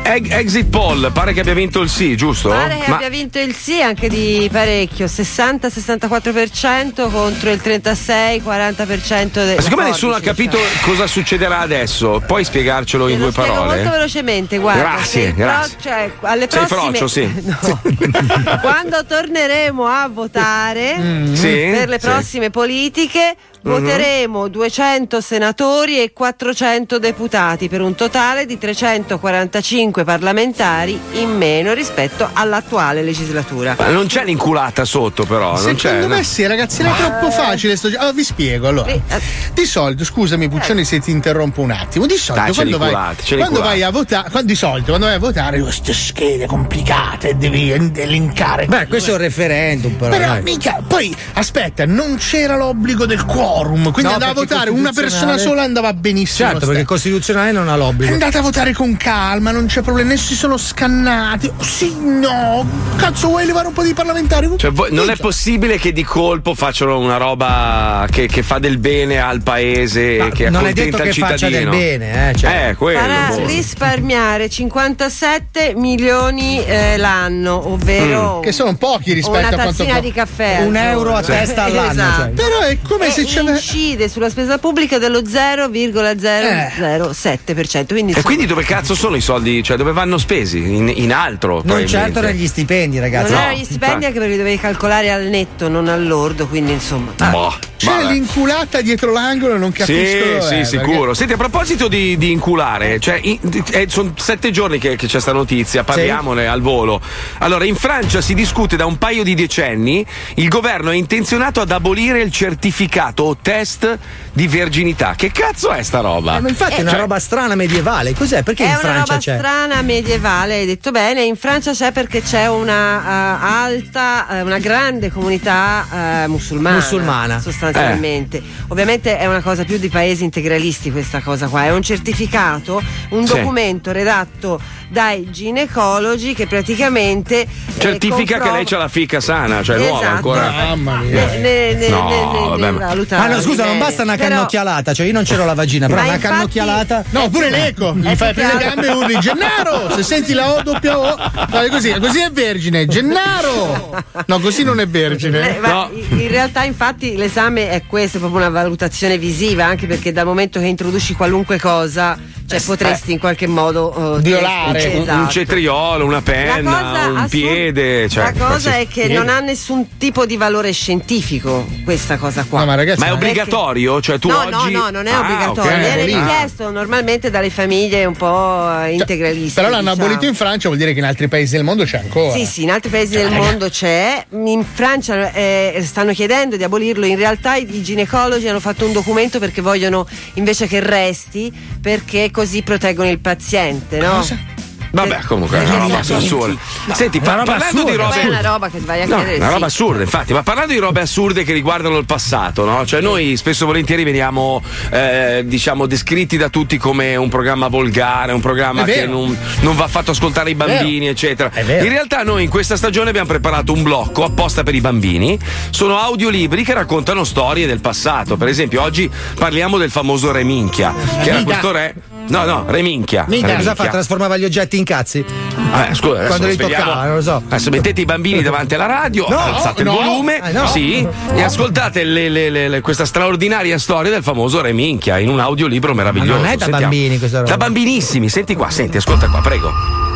exit poll, pare che abbia vinto il sì, giusto? Pare che Ma... abbia vinto il sì anche di parecchio, sessanta sessantaquattro per cento contro il trentasei quaranta per cento del. Ma siccome nessuno ha capito cioè. cosa succederà adesso, puoi spiegarcelo in due parole? Molto velocemente, guarda. Grazie, grazie. Pro, cioè, alle Sei prossime frocio, sì. no. Quando torneremo a votare mm. sì, per le sì. prossime politiche, voteremo duecento senatori e quattrocento deputati per un totale di trecentoquarantacinque parlamentari in meno rispetto all'attuale legislatura. Ma non c'è l'inculata sotto, però. Non Secondo c'è, me no? sì, ragazzi, è troppo facile. Sto... Allora, vi spiego. Allora, di solito, scusami, Puccioni, se ti interrompo un attimo. Di solito, Dai, quando, vai, quando vai a votare, di solito, quando vai a votare, queste schede complicate, devi elencare. Beh, questo è un referendum, però. Però, dai. mica. Poi, aspetta, non c'era l'obbligo del quorum, quindi No, andava a votare una persona sola, andava benissimo. Certo, perché il costituzionale non ha l'obbligo. Andate a votare con calma, non c'è problema, ne si sono scannati. Oh, sì, no, cazzo, vuoi levare un po' di parlamentari? Cioè, voi, non è possibile che di colpo facciano una roba che, che fa del bene al paese, Ma che non è accontenta detto il che cittadino. faccia del bene, eh, cioè. eh quello. Farà boh. risparmiare cinquantasette milioni eh, l'anno, ovvero Mm. Che sono pochi rispetto una a quanto tazzina fa- di caffè. Un euro a Sì. testa all'anno. Esatto. Cioè. Però è come e se c'è. incide sulla spesa pubblica dello zero virgola zero zero sette per cento. Quindi, E quindi dove cazzo sono i soldi? Cioè, dove vanno spesi? In, in altro? Non probabilmente. certo negli stipendi, ragazzi. non no, erano gli stipendi infatti. anche perché li dovevi calcolare al netto, non al lordo, quindi insomma. Boh, C'è vabbè. l'inculata dietro l'angolo, non capisco. Sì, dov'è, sì, perché- sicuro. Senti, a proposito di, di inculare, cioè, in- eh, sono sette giorni che, che c'è sta notizia, parliamone al volo. Allora, in Francia si discute da un paio di decenni, il governo è intenzionato ad abolire il certificato o test di verginità. Che cazzo è sta roba? Eh, ma infatti è una Cioè- roba strana medievale. Cos'è? Perché È in una Francia roba c'è? strana medievale, hai detto bene. In Francia c'è perché c'è una uh, alta, uh, una grande comunità uh, musulmana, Musulmana. sostanzialmente. Eh. Ovviamente è una cosa più di paesi integralisti questa cosa qua. È un certificato, un Sì. documento redatto dai ginecologi che praticamente eh, Certifica comprova- che lei c'ha la fica sana, cioè nuova Esatto. ancora. Mamma mia. Ne, ne, ne, No, ne- ne- vabbè, ne ma- valuta Ah no, scusa, bene. non basta una Però- cannocchialata, cioè io non c'ero la vagina, però Ma una infatti- cannocchialata. No, pure l'eco, gli fai aprire le gambe e urli Gennaro, se senti la O doppia O, fai così, così è vergine, Gennaro. No, così non è vergine. Eh, ma in realtà infatti l'esame è questo, è proprio una valutazione visiva, anche perché dal momento che introduci qualunque cosa, cioè potresti in qualche modo eh, Violare. esatto. Un, un cetriolo, una penna, La cosa un assur- piede. Cioè, la cosa qualsiasi- è che non ha nessun tipo di valore scientifico questa cosa qua. No, ma ragazzi, Ma è ma- obbligatorio? Cioè, tu no, oggi... no, no, non è Ah, obbligatorio, ok. viene Ah. richiesto normalmente dalle famiglie un po' eh, integraliste. Però l'hanno diciamo. abolito in Francia, vuol dire che in altri paesi del mondo c'è ancora. Sì, sì, in altri paesi del mondo c'è. In Francia eh, stanno chiedendo di abolirlo. In realtà i, i ginecologi hanno fatto un documento perché vogliono invece che resti, perché così proteggono il paziente, no? Vabbè, comunque è una roba assurda. Senti, pa- parlando di Poi è robe. una roba che vai a No, chiedere. una sì. roba assurda, infatti, ma parlando di robe assurde che riguardano il passato, no? Cioè, noi spesso e volentieri veniamo, eh, diciamo, descritti da tutti come un programma volgare, un programma È che vero. non, non va fatto ascoltare i bambini, eccetera. È vero. In realtà, noi in questa stagione abbiamo preparato un blocco apposta per i bambini. Sono audiolibri che raccontano storie del passato. Per esempio, oggi parliamo del famoso Re Minchia, che era Minchia. questo re. No, no, Re Minchia. Minchia, Re cosa fa? Minchia. Trasformava gli oggetti in cazzi? Eh, scusa, adesso Quando li svegliamo- toccava, non lo so. Adesso mettete i bambini davanti alla radio, No, alzate no. il volume, Ah, no. sì, e ascoltate le- le- le- le- questa straordinaria storia del famoso Re Minchia in un audiolibro meraviglioso. Ma non è da Sentiamo. bambini questa roba. Da bambinissimi, senti qua, senti, ascolta qua, prego.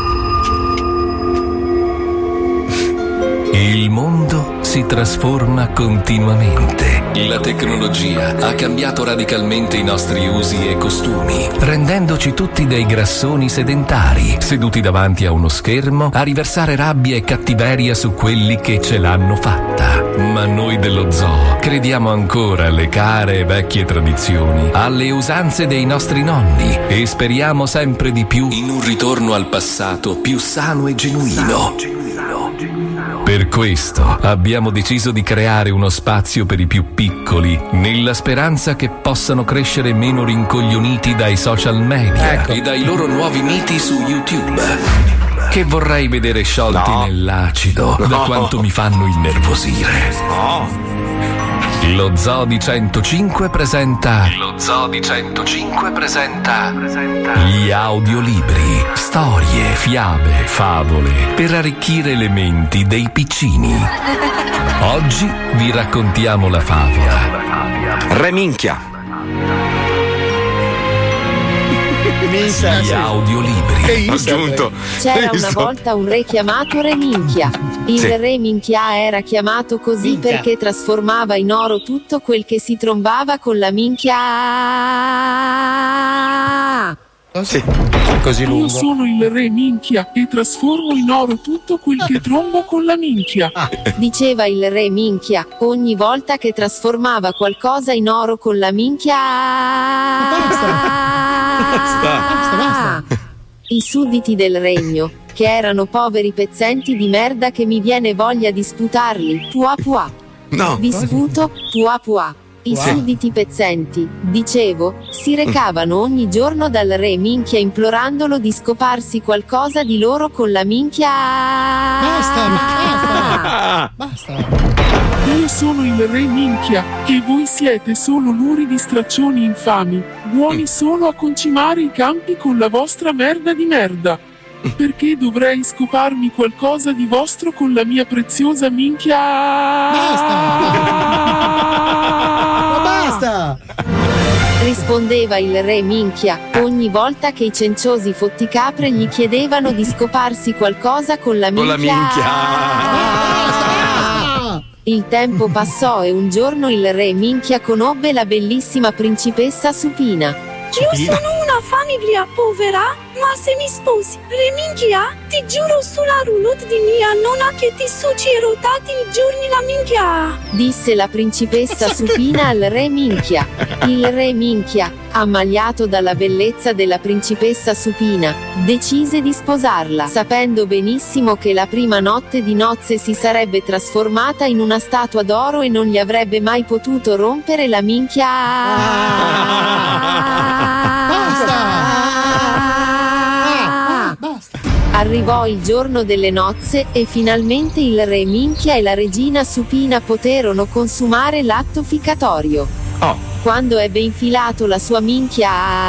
Il mondo si trasforma continuamente. La tecnologia ha cambiato radicalmente i nostri usi e costumi, rendendoci tutti dei grassoni sedentari, seduti davanti a uno schermo a riversare rabbia e cattiveria su quelli che ce l'hanno fatta. Ma noi dello zoo crediamo ancora alle care e vecchie tradizioni, alle usanze dei nostri nonni e speriamo sempre di più in un ritorno al passato più sano e genuino. Per questo abbiamo deciso di creare uno spazio per i più piccoli, nella speranza che possano crescere meno rincoglioniti dai social media e dai loro nuovi miti su YouTube, che vorrei vedere sciolti No. nell'acido da No. quanto mi fanno innervosire. No. Lo Zoo di centocinque presenta. Lo Zoo di centocinque presenta. Gli audiolibri. Storie, fiabe, favole per arricchire le menti dei piccini. Oggi vi raccontiamo la favola Re Minchia. Gli audiolibri. Aggiunto. C'era una volta un re chiamato Re Minchia. Il Sì. re Minchia era chiamato così Minchia. perché trasformava in oro tutto quel che si trombava con la minchia. Sì. Così Io sono il re minchia e trasformo in oro tutto quel che trombo con la minchia. Diceva il re Minchia ogni volta che trasformava qualcosa in oro con la minchia. Basta, basta. I sudditi del regno, che erano poveri pezzenti di merda che mi viene voglia di sputarli. Pua pua. No. Vi sputo, pua pua. I Sì. sudditi pezzenti, dicevo, si recavano ogni giorno dal re Minchia implorandolo di scoparsi qualcosa di loro con la minchia. Basta, basta. Io sono il re minchia e voi siete solo luridi straccioni infami, buoni solo a concimare i campi con la vostra merda di merda. Perché dovrei scoparmi qualcosa di vostro con la mia preziosa minchia? Basta! Rispondeva il re Minchia, ogni volta che i cenciosi fotticapre gli chiedevano di scoparsi qualcosa con la Con minchia. la minchia. Il tempo passò e un giorno il re Minchia conobbe la bellissima principessa Supina. Io sono una famiglia povera, ma se mi sposi, Re Minchia, ti giuro sulla roulotte di mia nonna che ti succhierò tanti giorni la minchia. Disse la principessa Supina al re Minchia. Il re Minchia, ammaliato dalla bellezza della principessa Supina, decise di sposarla, sapendo benissimo che la prima notte di nozze si sarebbe trasformata in una statua d'oro e non gli avrebbe mai potuto rompere la minchia. Arrivò il giorno delle nozze e finalmente il re Minchia e la regina Supina poterono consumare l'atto ficatorio. Oh. Quando ebbe infilato la sua minchia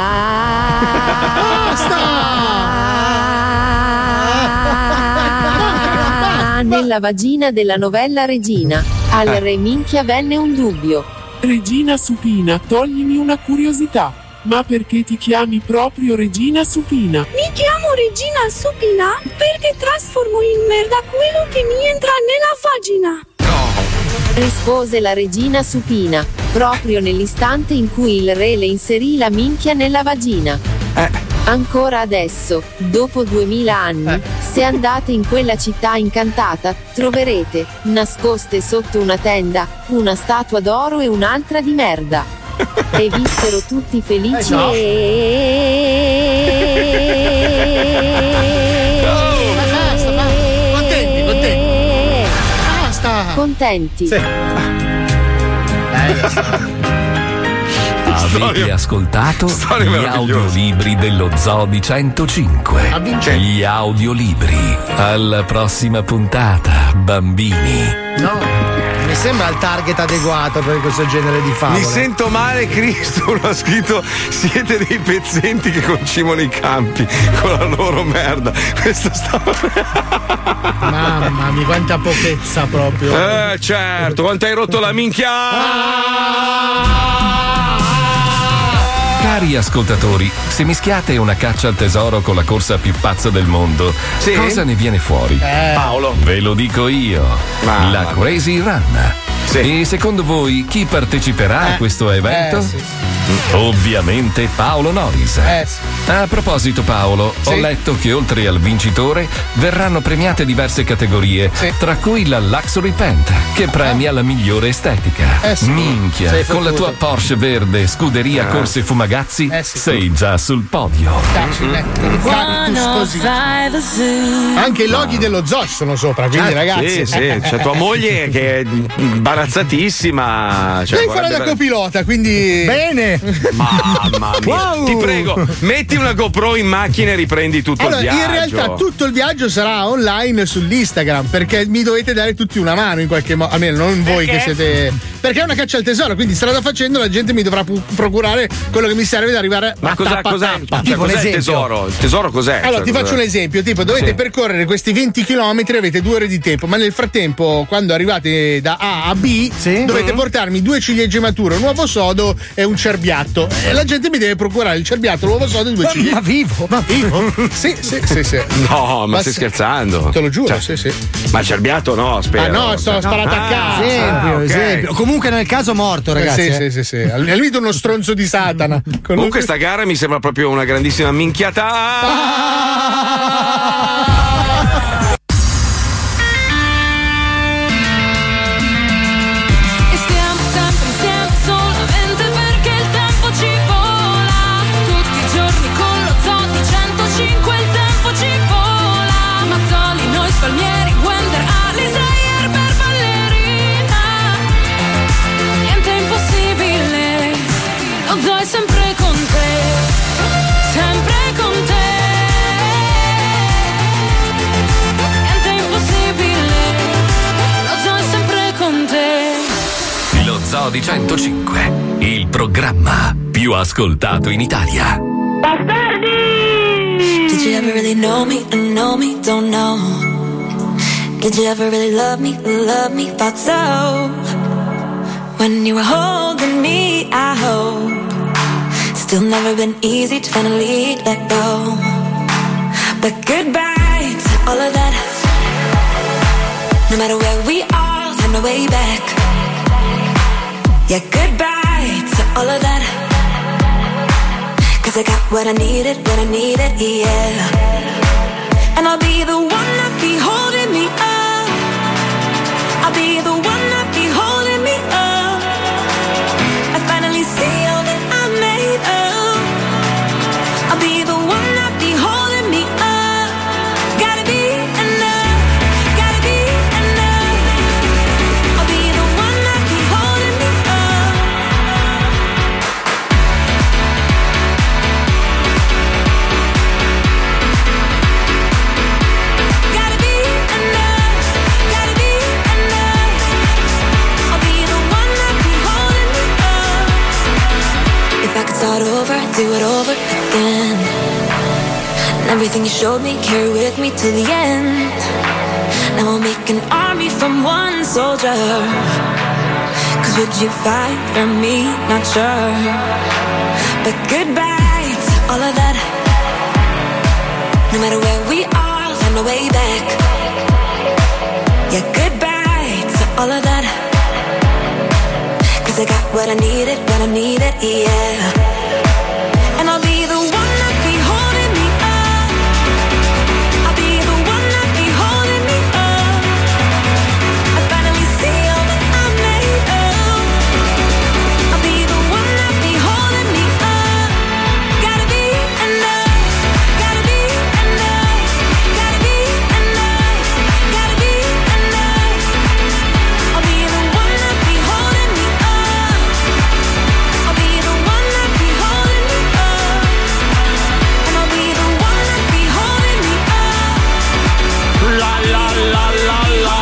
nella vagina della novella regina, al re Minchia venne un dubbio. Regina Supina, toglimi una curiosità. Ma perché ti chiami proprio Regina Supina? Mi chiamo Regina Supina perché trasformo in merda quello che mi entra nella vagina. Rispose la regina Supina, proprio nell'istante in cui il re le inserì la minchia nella vagina. Eh. Ancora adesso, dopo duemila anni, Eh. se andate in quella città incantata, troverete, nascoste sotto una tenda, una statua d'oro e un'altra di merda. E vissero tutti felici Eh, no. e... Basta, basta. Contenti, contenti. Basta. Contenti. Sì. Avete ascoltato Storia gli meravigliosa. audiolibri dello Zoo di centocinque. Avvincente. Gli audiolibri. Alla prossima puntata, bambini. No. Mi sembra il target adeguato per questo genere di favole. Mi sento male, Cristo lo ha scritto. Siete dei pezzenti che concimono i campi con la loro merda. Questo sta. Mamma mia, quanta pochezza proprio. Eh, certo, quanto hai rotto la minchia! Cari ascoltatori, se mischiate una caccia al tesoro con la corsa più pazza del mondo, Sì? cosa ne viene fuori? Eh. Paolo. Ve lo dico io. Mamma La mia. Crazy Run. Sì. E secondo voi chi parteciperà a questo evento? Eh, sì, Ovviamente Paolo Noris. Eh, sì. A proposito Paolo, ho Sì. letto che oltre al vincitore verranno premiate diverse categorie, Sì. tra cui la Luxury Pant, che premia la migliore estetica. Eh, sì. Minchia, Sei con la fottuto. tua Porsche verde, scuderia Eh. Corse Fumagazzi, Eh, sì. sei già sul podio. Cacci, metti il cactus così. Anche i loghi dello zoo ci sono sopra, quindi Ah, ragazzi. Sì, sì, c'è tua moglie che bara imbarazzatissima. Cioè, lei farà da copilota, quindi. Bene! Mamma mia. Wow. Ti prego, metti una GoPro in macchina e riprendi tutto allora, il viaggio. in realtà tutto il viaggio sarà online sull'Instagram, perché mi dovete dare tutti una mano in qualche modo, almeno non voi Perché? che siete. Perché è una caccia al tesoro, quindi strada facendo la gente mi dovrà pu- procurare quello che mi serve ad arrivare Ma a cos'è, tappa cos'è, tappa. cioè, cos'è il tesoro? Il tesoro cos'è? Allora, Cioè, ti faccio cos'è? un esempio: tipo, dovete Sì. percorrere questi venti chilometri, avete due ore di tempo, ma nel frattempo, quando arrivate da A a B, dovete Mm-hmm. portarmi due ciliegie mature, un uovo sodo e un cerbiatto. E la gente mi deve procurare il cerbiatto, l'uovo sodo e due Ma- ciliegie. ma vivo? Ma vivo? Sì, sì, sì, sì. No, ma, Ma stai se- scherzando? Te lo giuro, Cioè, sì, sì. Ma il cerbiato no, spero. Ah, no, sono sparato a caso. Esempio, Ah, ok. esempio. Comunque nel caso morto, Eh, ragazzi. sì, eh. sì, sì, sì. Al limite uno stronzo di Satana. Comunque sta gara mi sembra proprio una grandissima minchiata. E stiamo sempre insieme solamente perché il tempo ci vola. Tutti i giorni con lo zoo di centocinque il tempo ci vola. Mazzoli, noi spalmieri, Wender, Alisa, Erber, ballerina. Niente è impossibile, lo zoo è sempre con te, sempre con te. Niente è impossibile, lo zoo è sempre con te. Lo Zoo di centocinque, il programma più ascoltato in Italia. Did you ever really know me and know me, don't know? Did you ever really love me, love me, thought so? When you were holding me, I hope. Still never been easy to finally let go. But goodbye to all of that. No matter where we are, find a way back. Yeah, goodbye to all of that. Cause I got what I needed, what I needed, yeah. And I'll be the one that be holding me up. I'll be the one that be holding me up. I finally see all that I made of. I'll be the one that be holding me up. Gotta be enough, gotta be enough. I'll be the one that be holding me up. Gotta be enough, gotta be enough. I'll be the one that be holding me up. If I could start over, do it over again. And everything you showed me, carry with me to the end. Now I'll make an army from one soldier. Cause would you fight for me? Not sure. But goodbye to all of that. No matter where we are, find a way back. Yeah, goodbye to all of that. Cause I got what I needed, what I needed, yeah. And I'll be the one that be holding me up. I'll be the one that be holding me up. I finally see all that I'm made of. I'll be the one that be holding me up. Gotta be enough, gotta be enough, gotta be enough, gotta be enough. I'll be the one that be holding me up. I'll be the one that be holding me up. And I'll be the one that be holding me up. La la la la la.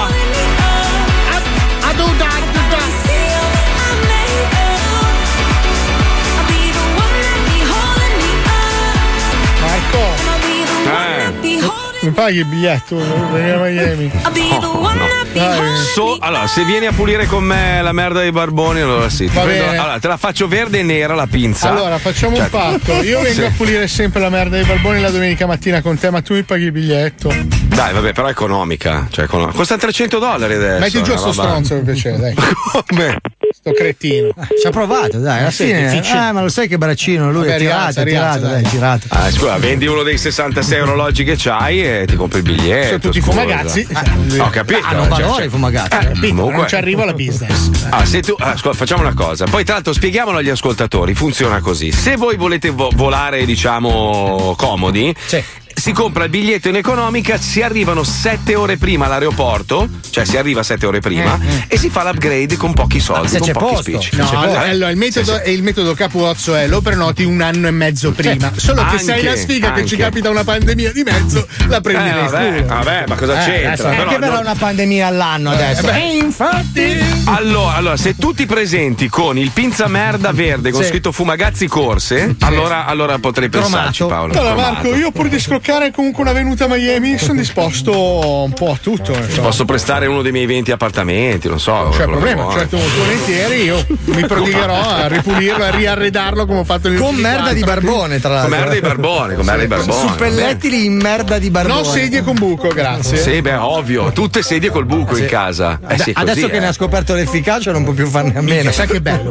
Aduda, aduda. See all that I'm made of. I'll be the one that be holding me up. Marco, And I'll be the one that be holding mi paghi il biglietto per venire a Miami? I'll be the one that be holding So- allora, se vieni a pulire con me la merda dei barboni, allora sì. Ti Va prendo- bene. allora, te la faccio verde e nera la pinza. Allora, facciamo Cioè- un patto. Io vengo Sì. a pulire sempre la merda dei barboni la domenica mattina con te, ma tu mi paghi il biglietto. Dai, vabbè, però è economica. Cioè, economica. Costa trecento dollari adesso. Metti giù una sto roba- stronzo per piacere, dai. Come? Sto cretino. Ci ha provato, dai, alla Ma sì, fine. difficile. Eh, ma lo sai che braccino, lui Vabbè, è tirato, rialza, è tirato, rialza, dai, dai. tirato. Ah, scusa, vendi uno dei sessantasei orologi che c'hai e ti compri il biglietto. Sono tutti scusa. fumagazzi. Eh, ho capito. Hanno cioè, valore cioè- i fumagazzi. Eh, Capito, comunque- non ci arriva la business. Ah, se tu, ah, scusa, facciamo una cosa. Poi, tra l'altro, spieghiamolo agli ascoltatori. Funziona così: se voi volete vo- volare, diciamo, comodi, si compra il biglietto in economica, si arrivano sette ore prima all'aeroporto, cioè si arriva sette ore prima Eh, eh. e si fa l'upgrade con pochi soldi, se con c'è pochi posto. spicci. No, Se c'è allora, posto. allora, il metodo, Sì, sì. e il metodo Capuozzo è lo prenoti un anno e mezzo prima. Solo che Anche, se hai la sfiga che ci anche. capita una pandemia di mezzo, la prendi Eh, nel vabbè, culo. vabbè, ma cosa Eh, c'entra? adesso Però Anche per non- una pandemia all'anno adesso. Eh, beh, infatti. Allora, allora, se tu ti presenti con il pinza merda verde con Sì. scritto Fumagazzi Corse, allora, allora potrei pensarci, Paolo. Allora, Cromato. Marco, io pur di scoccare comunque una venuta a Miami, sono disposto un po' a tutto. insomma. Posso prestare uno dei miei venti appartamenti, non so. Non c'è quello che problema, vuoi. certo, molto volentieri. Io mi prodigherò a ripulirlo e a riarredarlo come ho fatto nel Con merda di barbone, tra l'altro. Con merda di barbone, con merda di barbone. Suppellettili in merda di barbone. No sedie con buco, grazie. Sì, beh, ovvio, tutte sedie col buco in casa. Eh sì, Adesso così, che eh. ne ha scoperto l'efficacia non può più farne a meno. Sai che bello.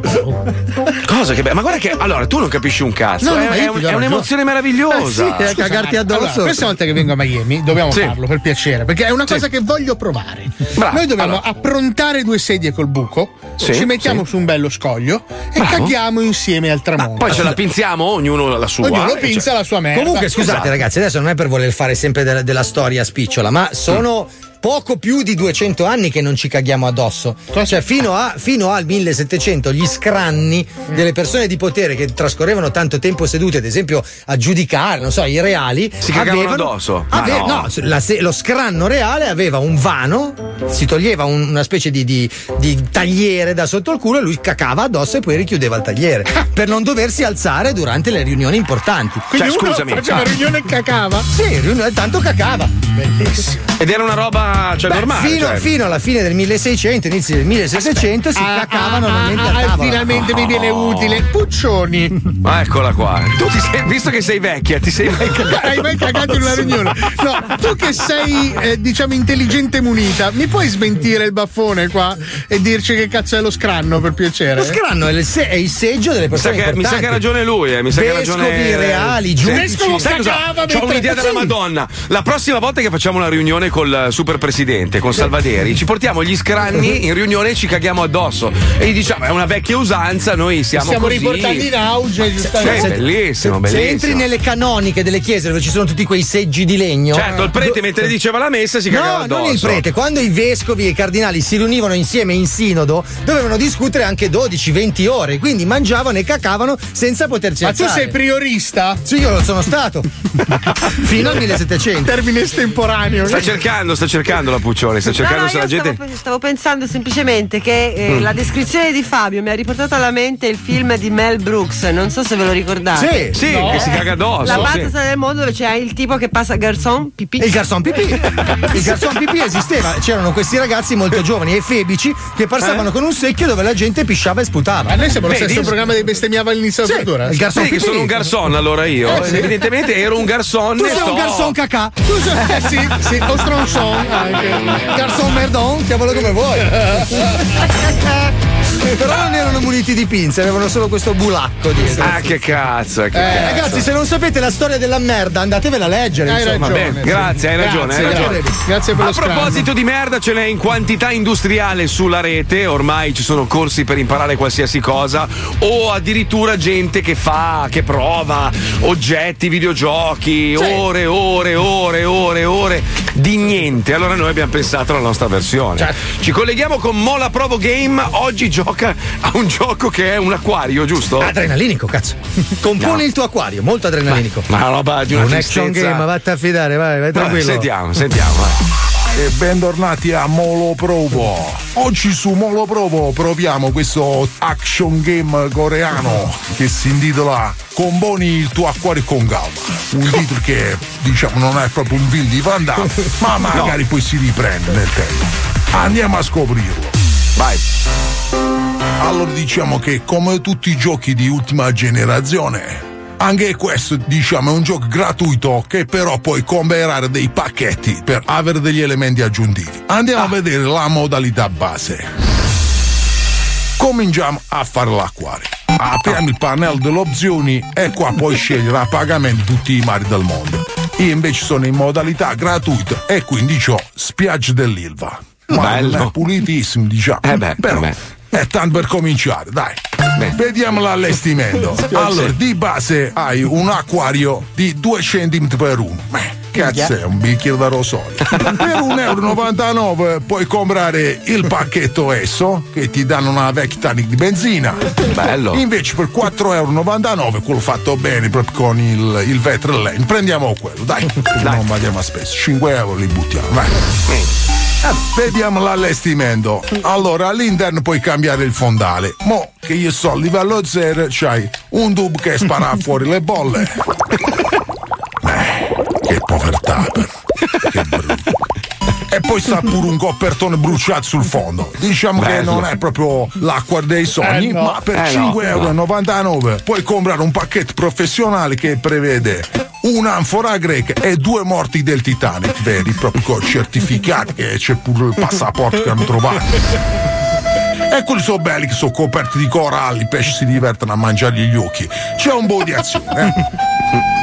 Cosa che bello. Ma guarda che allora tu non capisci un cazzo. No, no, è, ma è io un- ti do è ragione. un'emozione meravigliosa. Eh sì, a cagarti addosso. Allora, la prossima volta che vengo a Miami dobbiamo Sì. farlo per piacere, perché è una cosa che voglio provare. Bravo. Noi dobbiamo Allora. approntare due sedie col buco, Sì, ci mettiamo sì. su un bello scoglio e Bravo. caghiamo insieme al tramonto. Poi ce la pinziamo ognuno la sua. Ognuno eh, pinza cioè- la sua merda. Comunque, scusate, Esatto. ragazzi, adesso non è per voler fare sempre della, della storia spicciola, ma sono. Poco più di duecento anni che non ci caghiamo addosso. Cioè, fino, a, fino al millesettecento, gli scranni delle persone di potere che trascorrevano tanto tempo sedute, ad esempio, a giudicare, non so, i reali. Si cagavano avevano- addosso? Ma ave- no. no, la se- lo scranno reale aveva un vano, si toglieva un- una specie di, di- di tagliere da sotto il culo e lui cacava addosso e poi richiudeva il tagliere per non doversi alzare durante le riunioni importanti. Quindi Cioè, uno scusami. faceva Ah. riunione e cacava. Sì, riunione, tanto cacava. Bellissimo. Ed era una roba, cioè, Beh, normale. fino, cioè. fino alla fine del milleseicento, inizio del millesettecento si Ah, cacava ah, normalmente ah, a ah, tavola. finalmente mi viene utile. Puccioni. Ah, eccola qua. Tu ti sei, visto che sei vecchia, ti sei mai cagato? Hai mai cagato in una riunione? No, tu che sei, eh, diciamo, intelligente munita, mi puoi smentire il baffone qua e dirci che cazzo è lo scranno, per piacere? Lo scranno è il, se- è il seggio delle Mi sa, persone che, mi sa che ha importanti. ragione lui, eh. mi sa che ha ragione. Vescovi, reali, giudici. Vescovo Sai cosa? cagava C'ho mentre- un'idea della Sì. Madonna. La prossima volta che facciamo una riunione col super presidente, con Salvaderi, ci portiamo gli scranni in riunione e ci caghiamo addosso. E gli diciamo: è una vecchia usanza, noi siamo Siamo così. riportati in auge, Sì, giustamente. bellissimo, Se bellissimo. entri nelle canoniche delle chiese dove ci sono tutti quei seggi di legno. Certo, il prete mentre diceva la messa si cagava No, addosso. non il prete. Quando i vescovi e i cardinali si riunivano insieme in sinodo, dovevano discutere anche dodici venti ore. Quindi mangiavano e cacavano senza potersi Ma alzare. tu sei priorista? Sì, io lo sono stato. Fino al millesettecento. Termine estemporaneo. Sta cercando, sta cercando la Puccione, sta cercando No, no, se io la gente. stavo, stavo pensando semplicemente che eh, Mm. la descrizione di Fabio mi ha riportato alla mente il film di Mel Brooks, non so se ve lo ricordate. Sì, sì, che si caga addosso. La sì. pazza sta del mondo dove c'è il tipo che passa garçon pipì. Il garçon pipì. Il garçon pipì esisteva. C'erano questi ragazzi molto giovani, efebici, che passavano Eh? con un secchio dove la gente pisciava e sputava. Ma noi siamo lo Vedi? stesso programma di bestemmiava all'inizio della Sì, cultura. il garçon Vedi che pipì. sono un garçon allora io. Eh, sì. Evidentemente ero un garçon. Tu e sei sto- un garçon cacà. Tu sei, eh, sì, sì, o stronzon anche. Garçon merdon, chiamalo come vuoi. Però non erano muniti di pinze, avevano solo questo bulacco dietro. Ah, che cazzo, che Eh, cazzo. ragazzi, se non sapete la storia della merda, andatevela a leggere. Hai insomma. ragione. Bene, grazie, hai ragione, hai Grazie, ragione. grazie. Grazie per A lo scambio. proposito di merda, ce n'è in quantità industriale sulla rete, ormai ci sono corsi per imparare qualsiasi cosa, o addirittura gente che fa, che prova oggetti, videogiochi, ore, ore, ore, ore, ore di niente. Allora noi abbiamo pensato alla nostra versione. Certo. Ci colleghiamo con Mola Provo Game, oggi gioca a un gioco che è un acquario, giusto? Adrenalinico, cazzo. Componi No. il tuo acquario, molto adrenalinico. Ma una roba di una un action tristezza. game, vatti a fidare, vai, vai Vabbè, tranquillo. sentiamo, sentiamo. vai. E bentornati a Molo Provo. Oggi su Molo Provo proviamo questo action game coreano che si intitola Componi il tuo acquario con calma. Un titolo che diciamo non è proprio un film di Van Damme, ma magari poi si riprende nel tempo. Andiamo a scoprirlo. Vai. Allora diciamo che come tutti i giochi di ultima generazione, anche questo diciamo è un gioco gratuito che però puoi comprare dei pacchetti per avere degli elementi aggiuntivi. Andiamo a vedere la modalità base. Cominciamo a fare l'acquario. Apriamo il pannello delle opzioni e qua puoi scegliere a pagamento tutti i mari del mondo. Io invece sono in modalità gratuita e quindi ho spiaggia dell'Ilva. Ma non Bello. è pulitissimo, diciamo. Eh beh, però eh beh. è tanto per cominciare, dai. Beh. Vediamo l'allestimento. Allora, di base hai un acquario di due centimetri per uno. Beh, cazzo, è un bicchiere da rosolio. Per un euro e novantanove puoi comprare il pacchetto esso, che ti danno una vecchia tank di benzina. Bello. Invece per quattro euro e novantanove, quello fatto bene proprio con il, il vetro e legno, prendiamo quello, dai. dai. Non vadiamo a spesso, cinque euro li buttiamo, vai. Eh, vediamo l'allestimento. Allora, all'interno puoi cambiare il fondale. Mo che io so, a livello zero c'hai un tubo che spara fuori le bolle. Eh, che povertà, però. Che brutto. E poi sta pure un copertone bruciato sul fondo. Diciamo Bello. Che non è proprio l'acqua dei sogni, eh no. ma per eh cinque euro e novantanove no. puoi comprare un pacchetto professionale che prevede un'anfora greca e due morti del Titanic veri, proprio certificati, che c'è pure il passaporto che hanno trovato. E quelli sono belli che sono coperti di coralli, i pesci si divertono a mangiargli gli occhi. C'è un po' di azione, eh?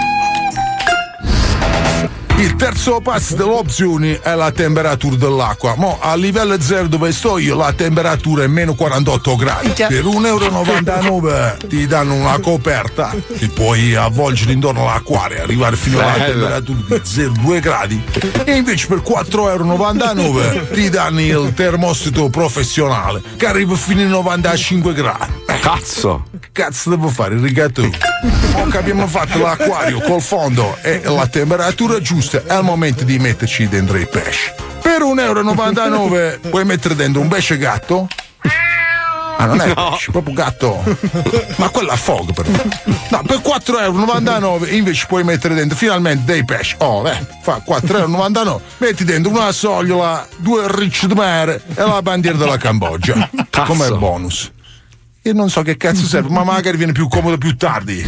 Il terzo passo delle opzioni è la temperatura dell'acqua. Mo a livello zero dove sto io la temperatura è meno quarantotto gradi. Per un euro e novantanove ti danno una coperta e puoi avvolgere intorno all'acquario e arrivare fino alla temperatura di zero virgola due gradi. E invece per quattro euro e novantanove ti danno il termostato professionale che arriva fino ai novantacinque gradi. Cazzo! Che cazzo devo fare? Il rigatore. Mo che abbiamo fatto l'acquario col fondo e la temperatura giusta, è il momento di metterci dentro i pesci. Per un euro e novantanove puoi mettere dentro un pesce gatto. Ah, non è no. pesce, proprio gatto. Ma quello affoga però. No, per quattro euro e novantanove invece puoi mettere dentro finalmente dei pesci. Oh, beh, fa quattro euro e novantanove. Metti dentro una sogliola, due ricci di mare e la bandiera della Cambogia. Cazzo. Come bonus. Io non so che cazzo serve, ma magari viene più comodo più tardi.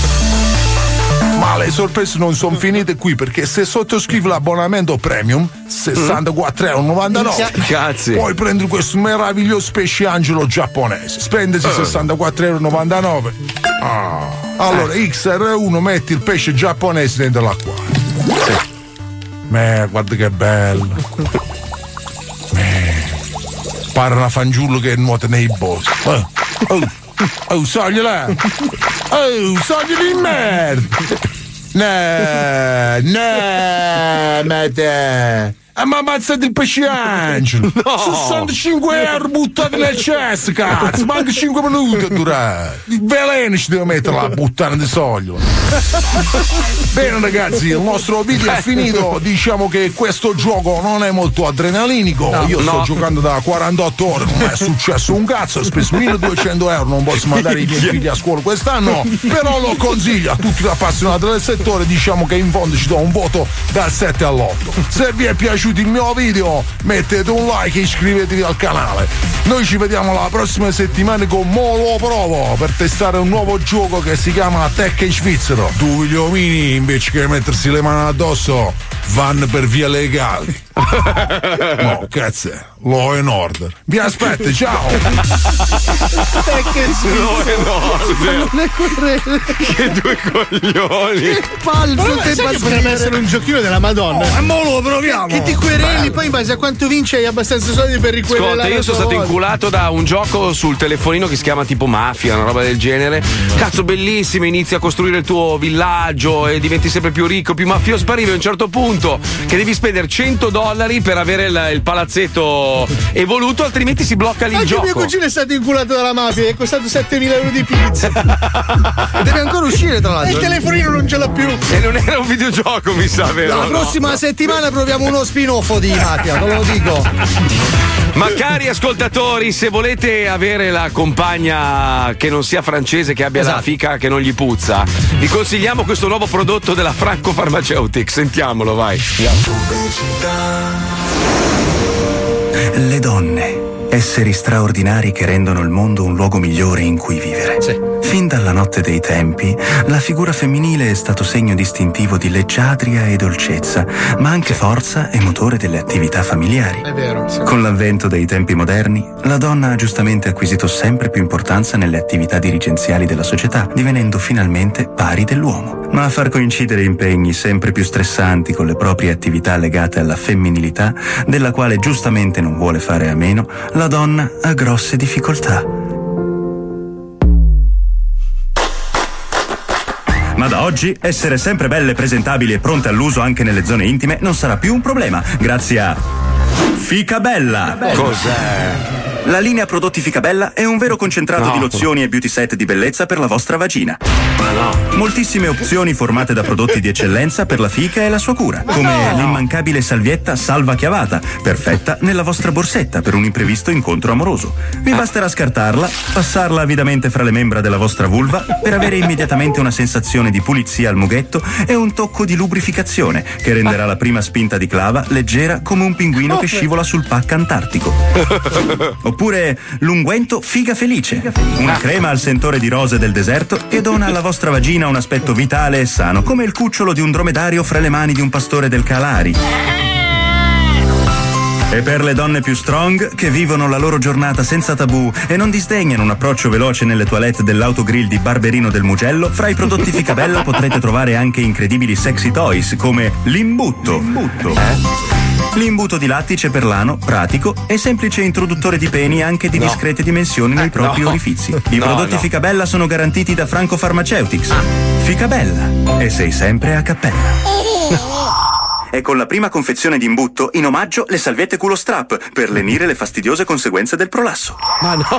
Ma le sorprese non sono finite qui, perché se sottoscrivi l'abbonamento premium sessantaquattro euro e novantanove Cazzi. puoi prendere questo meraviglioso pesce angelo giapponese. Spendesi uh. sessantaquattro euro e novantanove. Ah. Allora eh. X R uno metti il pesce giapponese dentro l'acquario. Sì. Beh, guarda che bello. Beh, pare una fanciullo che nuota nei boschi. Oh. Oh, oh, sogliola! Oh, sogliola di merda! No, no, ma te! Ah, ma ammazzate il pesce angelo! No. sessantacinque euro buttati nel cesso, cazzo! Manca cinque minuti a durare! Il veleno ci devo mettere la puttana di sogliola! Bene ragazzi, il nostro video è finito. Diciamo che questo gioco non è molto adrenalinico. No, Io no. sto giocando da quarantotto ore, non è successo un cazzo. Ho speso milleduecento euro, non posso mandare i miei figli a scuola quest'anno, però lo consiglio a tutti gli appassionati del settore. Diciamo che in fondo ci do un voto dal sette all'otto. Se vi è piaciuto il mio video mettete un like e iscrivetevi al canale. Noi ci vediamo la prossima settimana con Molo Provo per testare un nuovo gioco che si chiama Tekken Svizzero, dove gli uomini invece che mettersi le mani addosso vanno per via legali. No, cazzo, law and order. Vi aspetto, ciao. Tekken Svizzero non è querele. Che due coglioni. Che palzo. Ma sai che potrebbe essere un giochino della Madonna. Oh, e mo lo proviamo. Che ti quereli, Beh. poi in base a quanto vinci hai abbastanza soldi per riquerelare. Ascolta, io sono stato inculato da un gioco sul telefonino che si chiama tipo Mafia, una roba del genere. Cazzo, bellissimo, inizi a costruire il tuo villaggio e diventi sempre più ricco, più mafioso. Arrivi a un certo punto che devi spendere cento dollari per avere il, il palazzetto evoluto, altrimenti si blocca lì il Anche gioco. Mio cugino è stato inculato dalla mafia, è costato settemila euro di pizza. Deve ancora uscire, tra l'altro. E il telefonino non ce l'ha più. E non era un videogioco, mi sa, vero? La prossima no. settimana proviamo uno spin-off di Mafia, ve lo dico. Ma cari ascoltatori, se volete avere la compagna che non sia francese, che abbia esatto. la fica che non gli puzza, vi consigliamo questo nuovo prodotto della Franco Pharmaceutic. Sentiamolo, vai. Le donne, esseri straordinari che rendono il mondo un luogo migliore in cui vivere. Sì. Fin dalla notte dei tempi, la figura femminile è stato segno distintivo di leggiadria e dolcezza, ma anche forza e motore delle attività familiari. È vero. Sì. Con l'avvento dei tempi moderni, la donna ha giustamente acquisito sempre più importanza nelle attività dirigenziali della società, divenendo finalmente pari dell'uomo. Ma a far coincidere impegni sempre più stressanti con le proprie attività legate alla femminilità, della quale giustamente non vuole fare a meno, la donna ha grosse difficoltà. Ma da oggi essere sempre belle, presentabili e pronte all'uso anche nelle zone intime non sarà più un problema, grazie a Ficabella. Cos'è? La linea prodotti Ficabella è un vero concentrato No. di lozioni e beauty set di bellezza per la vostra vagina. Ma no. Moltissime opzioni formate da prodotti di eccellenza per la fica e la sua cura, come l'immancabile salvietta Salva Chiavata, perfetta nella vostra borsetta per un imprevisto incontro amoroso. Vi basterà scartarla, passarla avidamente fra le membra della vostra vulva per avere immediatamente una sensazione di pulizia al mughetto e un tocco di lubrificazione che renderà la prima spinta di clava leggera come un pinguino che scivola sul pack antartico. Oppure l'unguento Figa Felice, una crema al sentore di rose del deserto che dona alla vostra vagina un aspetto vitale e sano, come il cucciolo di un dromedario fra le mani di un pastore del Kalahari. E per le donne più strong, che vivono la loro giornata senza tabù e non disdegnano un approccio veloce nelle toilette dell'autogrill di Barberino del Mugello, fra i prodotti Ficabella potrete trovare anche incredibili sexy toys come l'imbuto. L'imbuto. Eh? L'imbuto di lattice per l'ano, pratico e semplice introduttore di peni anche di No. discrete dimensioni nei Eh, propri no. orifizi. I No, prodotti no. Ficabella sono garantiti da Franco Pharmaceutics. Ficabella. E sei sempre a cappella. E con la prima confezione di imbuto, in omaggio, le salviette culo strap per lenire le fastidiose conseguenze del prolasso. Ma no,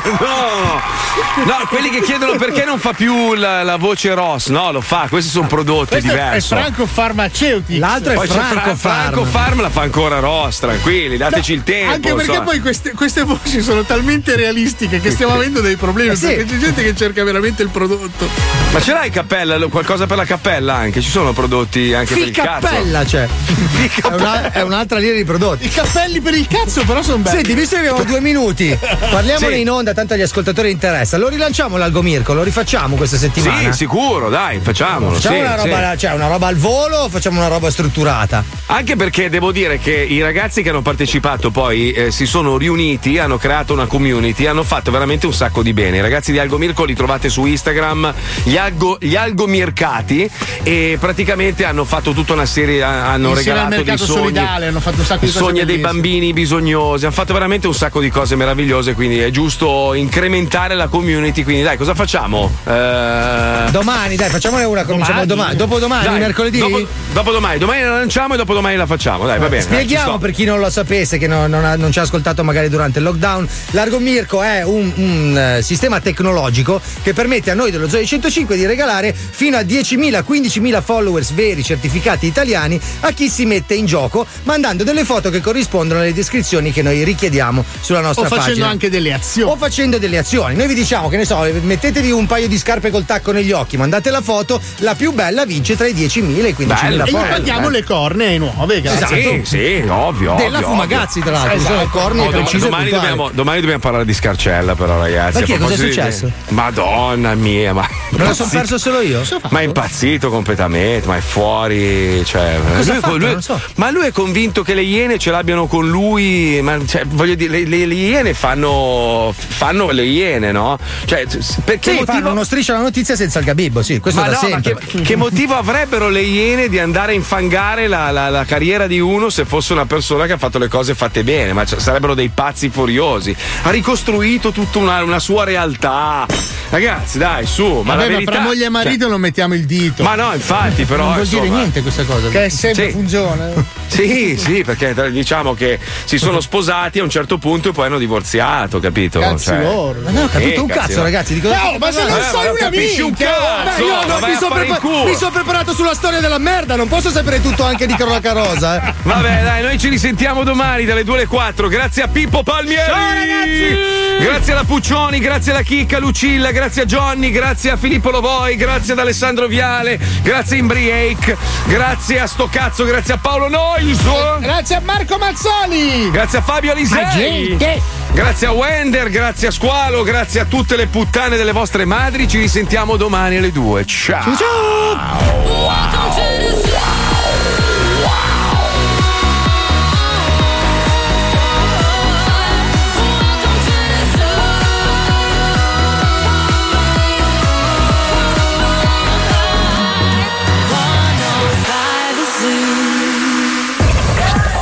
no, no, quelli che chiedono perché non fa più la, la voce Ross, no, lo fa, questi sono prodotti Questo diversi. è Franco Pharmaceutics. L'altro è Poi c'è Franco Fra- Franco Farm. Farm la fa ancora Ross, tranquilli, dateci il tempo. Anche perché insomma. poi queste, queste voci sono talmente realistiche che stiamo avendo dei problemi. Eh sì. Perché c'è gente che cerca veramente il prodotto. Ma ce l'hai cappella? Qualcosa per la cappella anche? Ci sono prodotti anche per il cazzo? Ficappella c'è. È, una- è un'altra linea di prodotti. I cappelli per il cazzo, però sono belli. Senti, visto che abbiamo due minuti, parliamone Sì. in onda, tanto agli ascoltatori interessa. Lo rilanciamo l'Algomirco, lo rifacciamo questa settimana? Sì, sicuro, dai, facciamolo. Facciamo sì, una roba, sì. cioè una roba al volo o facciamo una roba strutturata? Anche perché devo dire che i ragazzi che hanno partecipato poi eh, si sono riuniti, hanno creato una community, hanno fatto veramente un sacco di bene. I ragazzi di Algomirco li trovate su Instagram, gli, algo, gli Algomircati, e praticamente hanno fatto tutta una serie, hanno Insieme al regalato dei mercato sogni. solidale hanno fatto un sacco di cose Sogni dei bellissime. bambini bisognosi, hanno fatto veramente un sacco di cose meravigliose, quindi è giusto incrementare la community. Quindi dai, cosa facciamo? Eh... Domani, dai, facciamone una, cominciamo domani. Dopodomani, Dai, mercoledì? Dopo, dopodomani, domani la lanciamo e dopodomani la facciamo. Dai, va bene. dai, ci Spieghiamo sto. per chi non lo sapesse, che non, non ha- non ci ha ascoltato magari durante il lockdown. L'Argomirco è un, un, eh, sistema tecnologico che permette a noi dello Zoe centocinque di regalare fino a diecimila quindicimila followers veri certificati italiani a chi si mette in gioco mandando delle foto che corrispondono alle descrizioni che noi richiediamo sulla nostra O pagina. facendo anche delle azioni. O facendo delle azioni. Noi vi diciamo che ne so, mettetevi un paio di scarpe col tacco negli occhi, mandate la foto, la più bella vince tra i diecimila e i quindicimila E gli followers. paghiamo le cornee nuove, grazie. Sì, sì, ovvio. Della ovvio, Fumagazzi, ovvio. tra l'altro, Esatto. sono corni Oh, dom- precise e domani, puntuali. dobbiamo, domani dobbiamo parlare di Scarcella, però, ragazzi. Perché? A proposito Cosa è di- successo? Madonna mia, ma. Me lo sono impazzito. perso solo io? Ma è impazzito completamente, ma è fuori. Cioè, Cosa lui- ha fatto? lui- Non so. Ma lui è convinto che le iene ce l'abbiano con lui. Ma cioè, voglio dire, le, le- le iene fanno. fanno le iene, no? Cioè, perché Sì, motivo- fanno uno striscia la notizia senza il gabibbo, sì, questo ma da no, ma sempre. che, che motivo avrebbero le iene di andare a infangare la, la- la carriera di uno se fosse una persona che ha fatto le cose fatte bene? Ma cioè, sarebbero dei pazzi furiosi. Ha ricostruito tutta una, una sua realtà. Ragazzi, dai, su. Ma Vabbè, la ma verità, fra moglie e marito cioè, non mettiamo il dito. ma no, infatti, però. non vuol dire insomma, niente questa cosa. Che è sempre Sì. funziona. Sì, sì, perché diciamo che si sono sposati a un certo punto e poi hanno divorziato, capito? Cazzi Cioè, loro. Ma non ho capito Eh, un cazzi, cazzo, no. ragazzi. Di cosa No, ma se non Eh, sai ma non una capisci un minchia. cazzo. Beh, io ma non vai mi a sono fare in prepa- culo. mi son preparato sulla storia della merda, non posso sapere tutto anche di cronaca rosa, eh. Vabbè, dai, noi ci risentiamo domani dalle due alle quattro. Grazie a Pippo Palmieri. Ciao, ragazzi! Grazie alla Puccioni, grazie alla Chicca, Lucilla, grazie a Johnny, grazie a Filippo Lovoi, grazie ad Alessandro Viale, grazie a Imbriake, grazie a sto cazzo, grazie a Paolo Nois. Grazie a Marco Mazzoli. Grazie a Fabio Alisei. Grazie a Wender, grazie a Squalo, grazie a tutte le puttane delle vostre madri. Ci risentiamo domani alle due. Ciao. Ciao.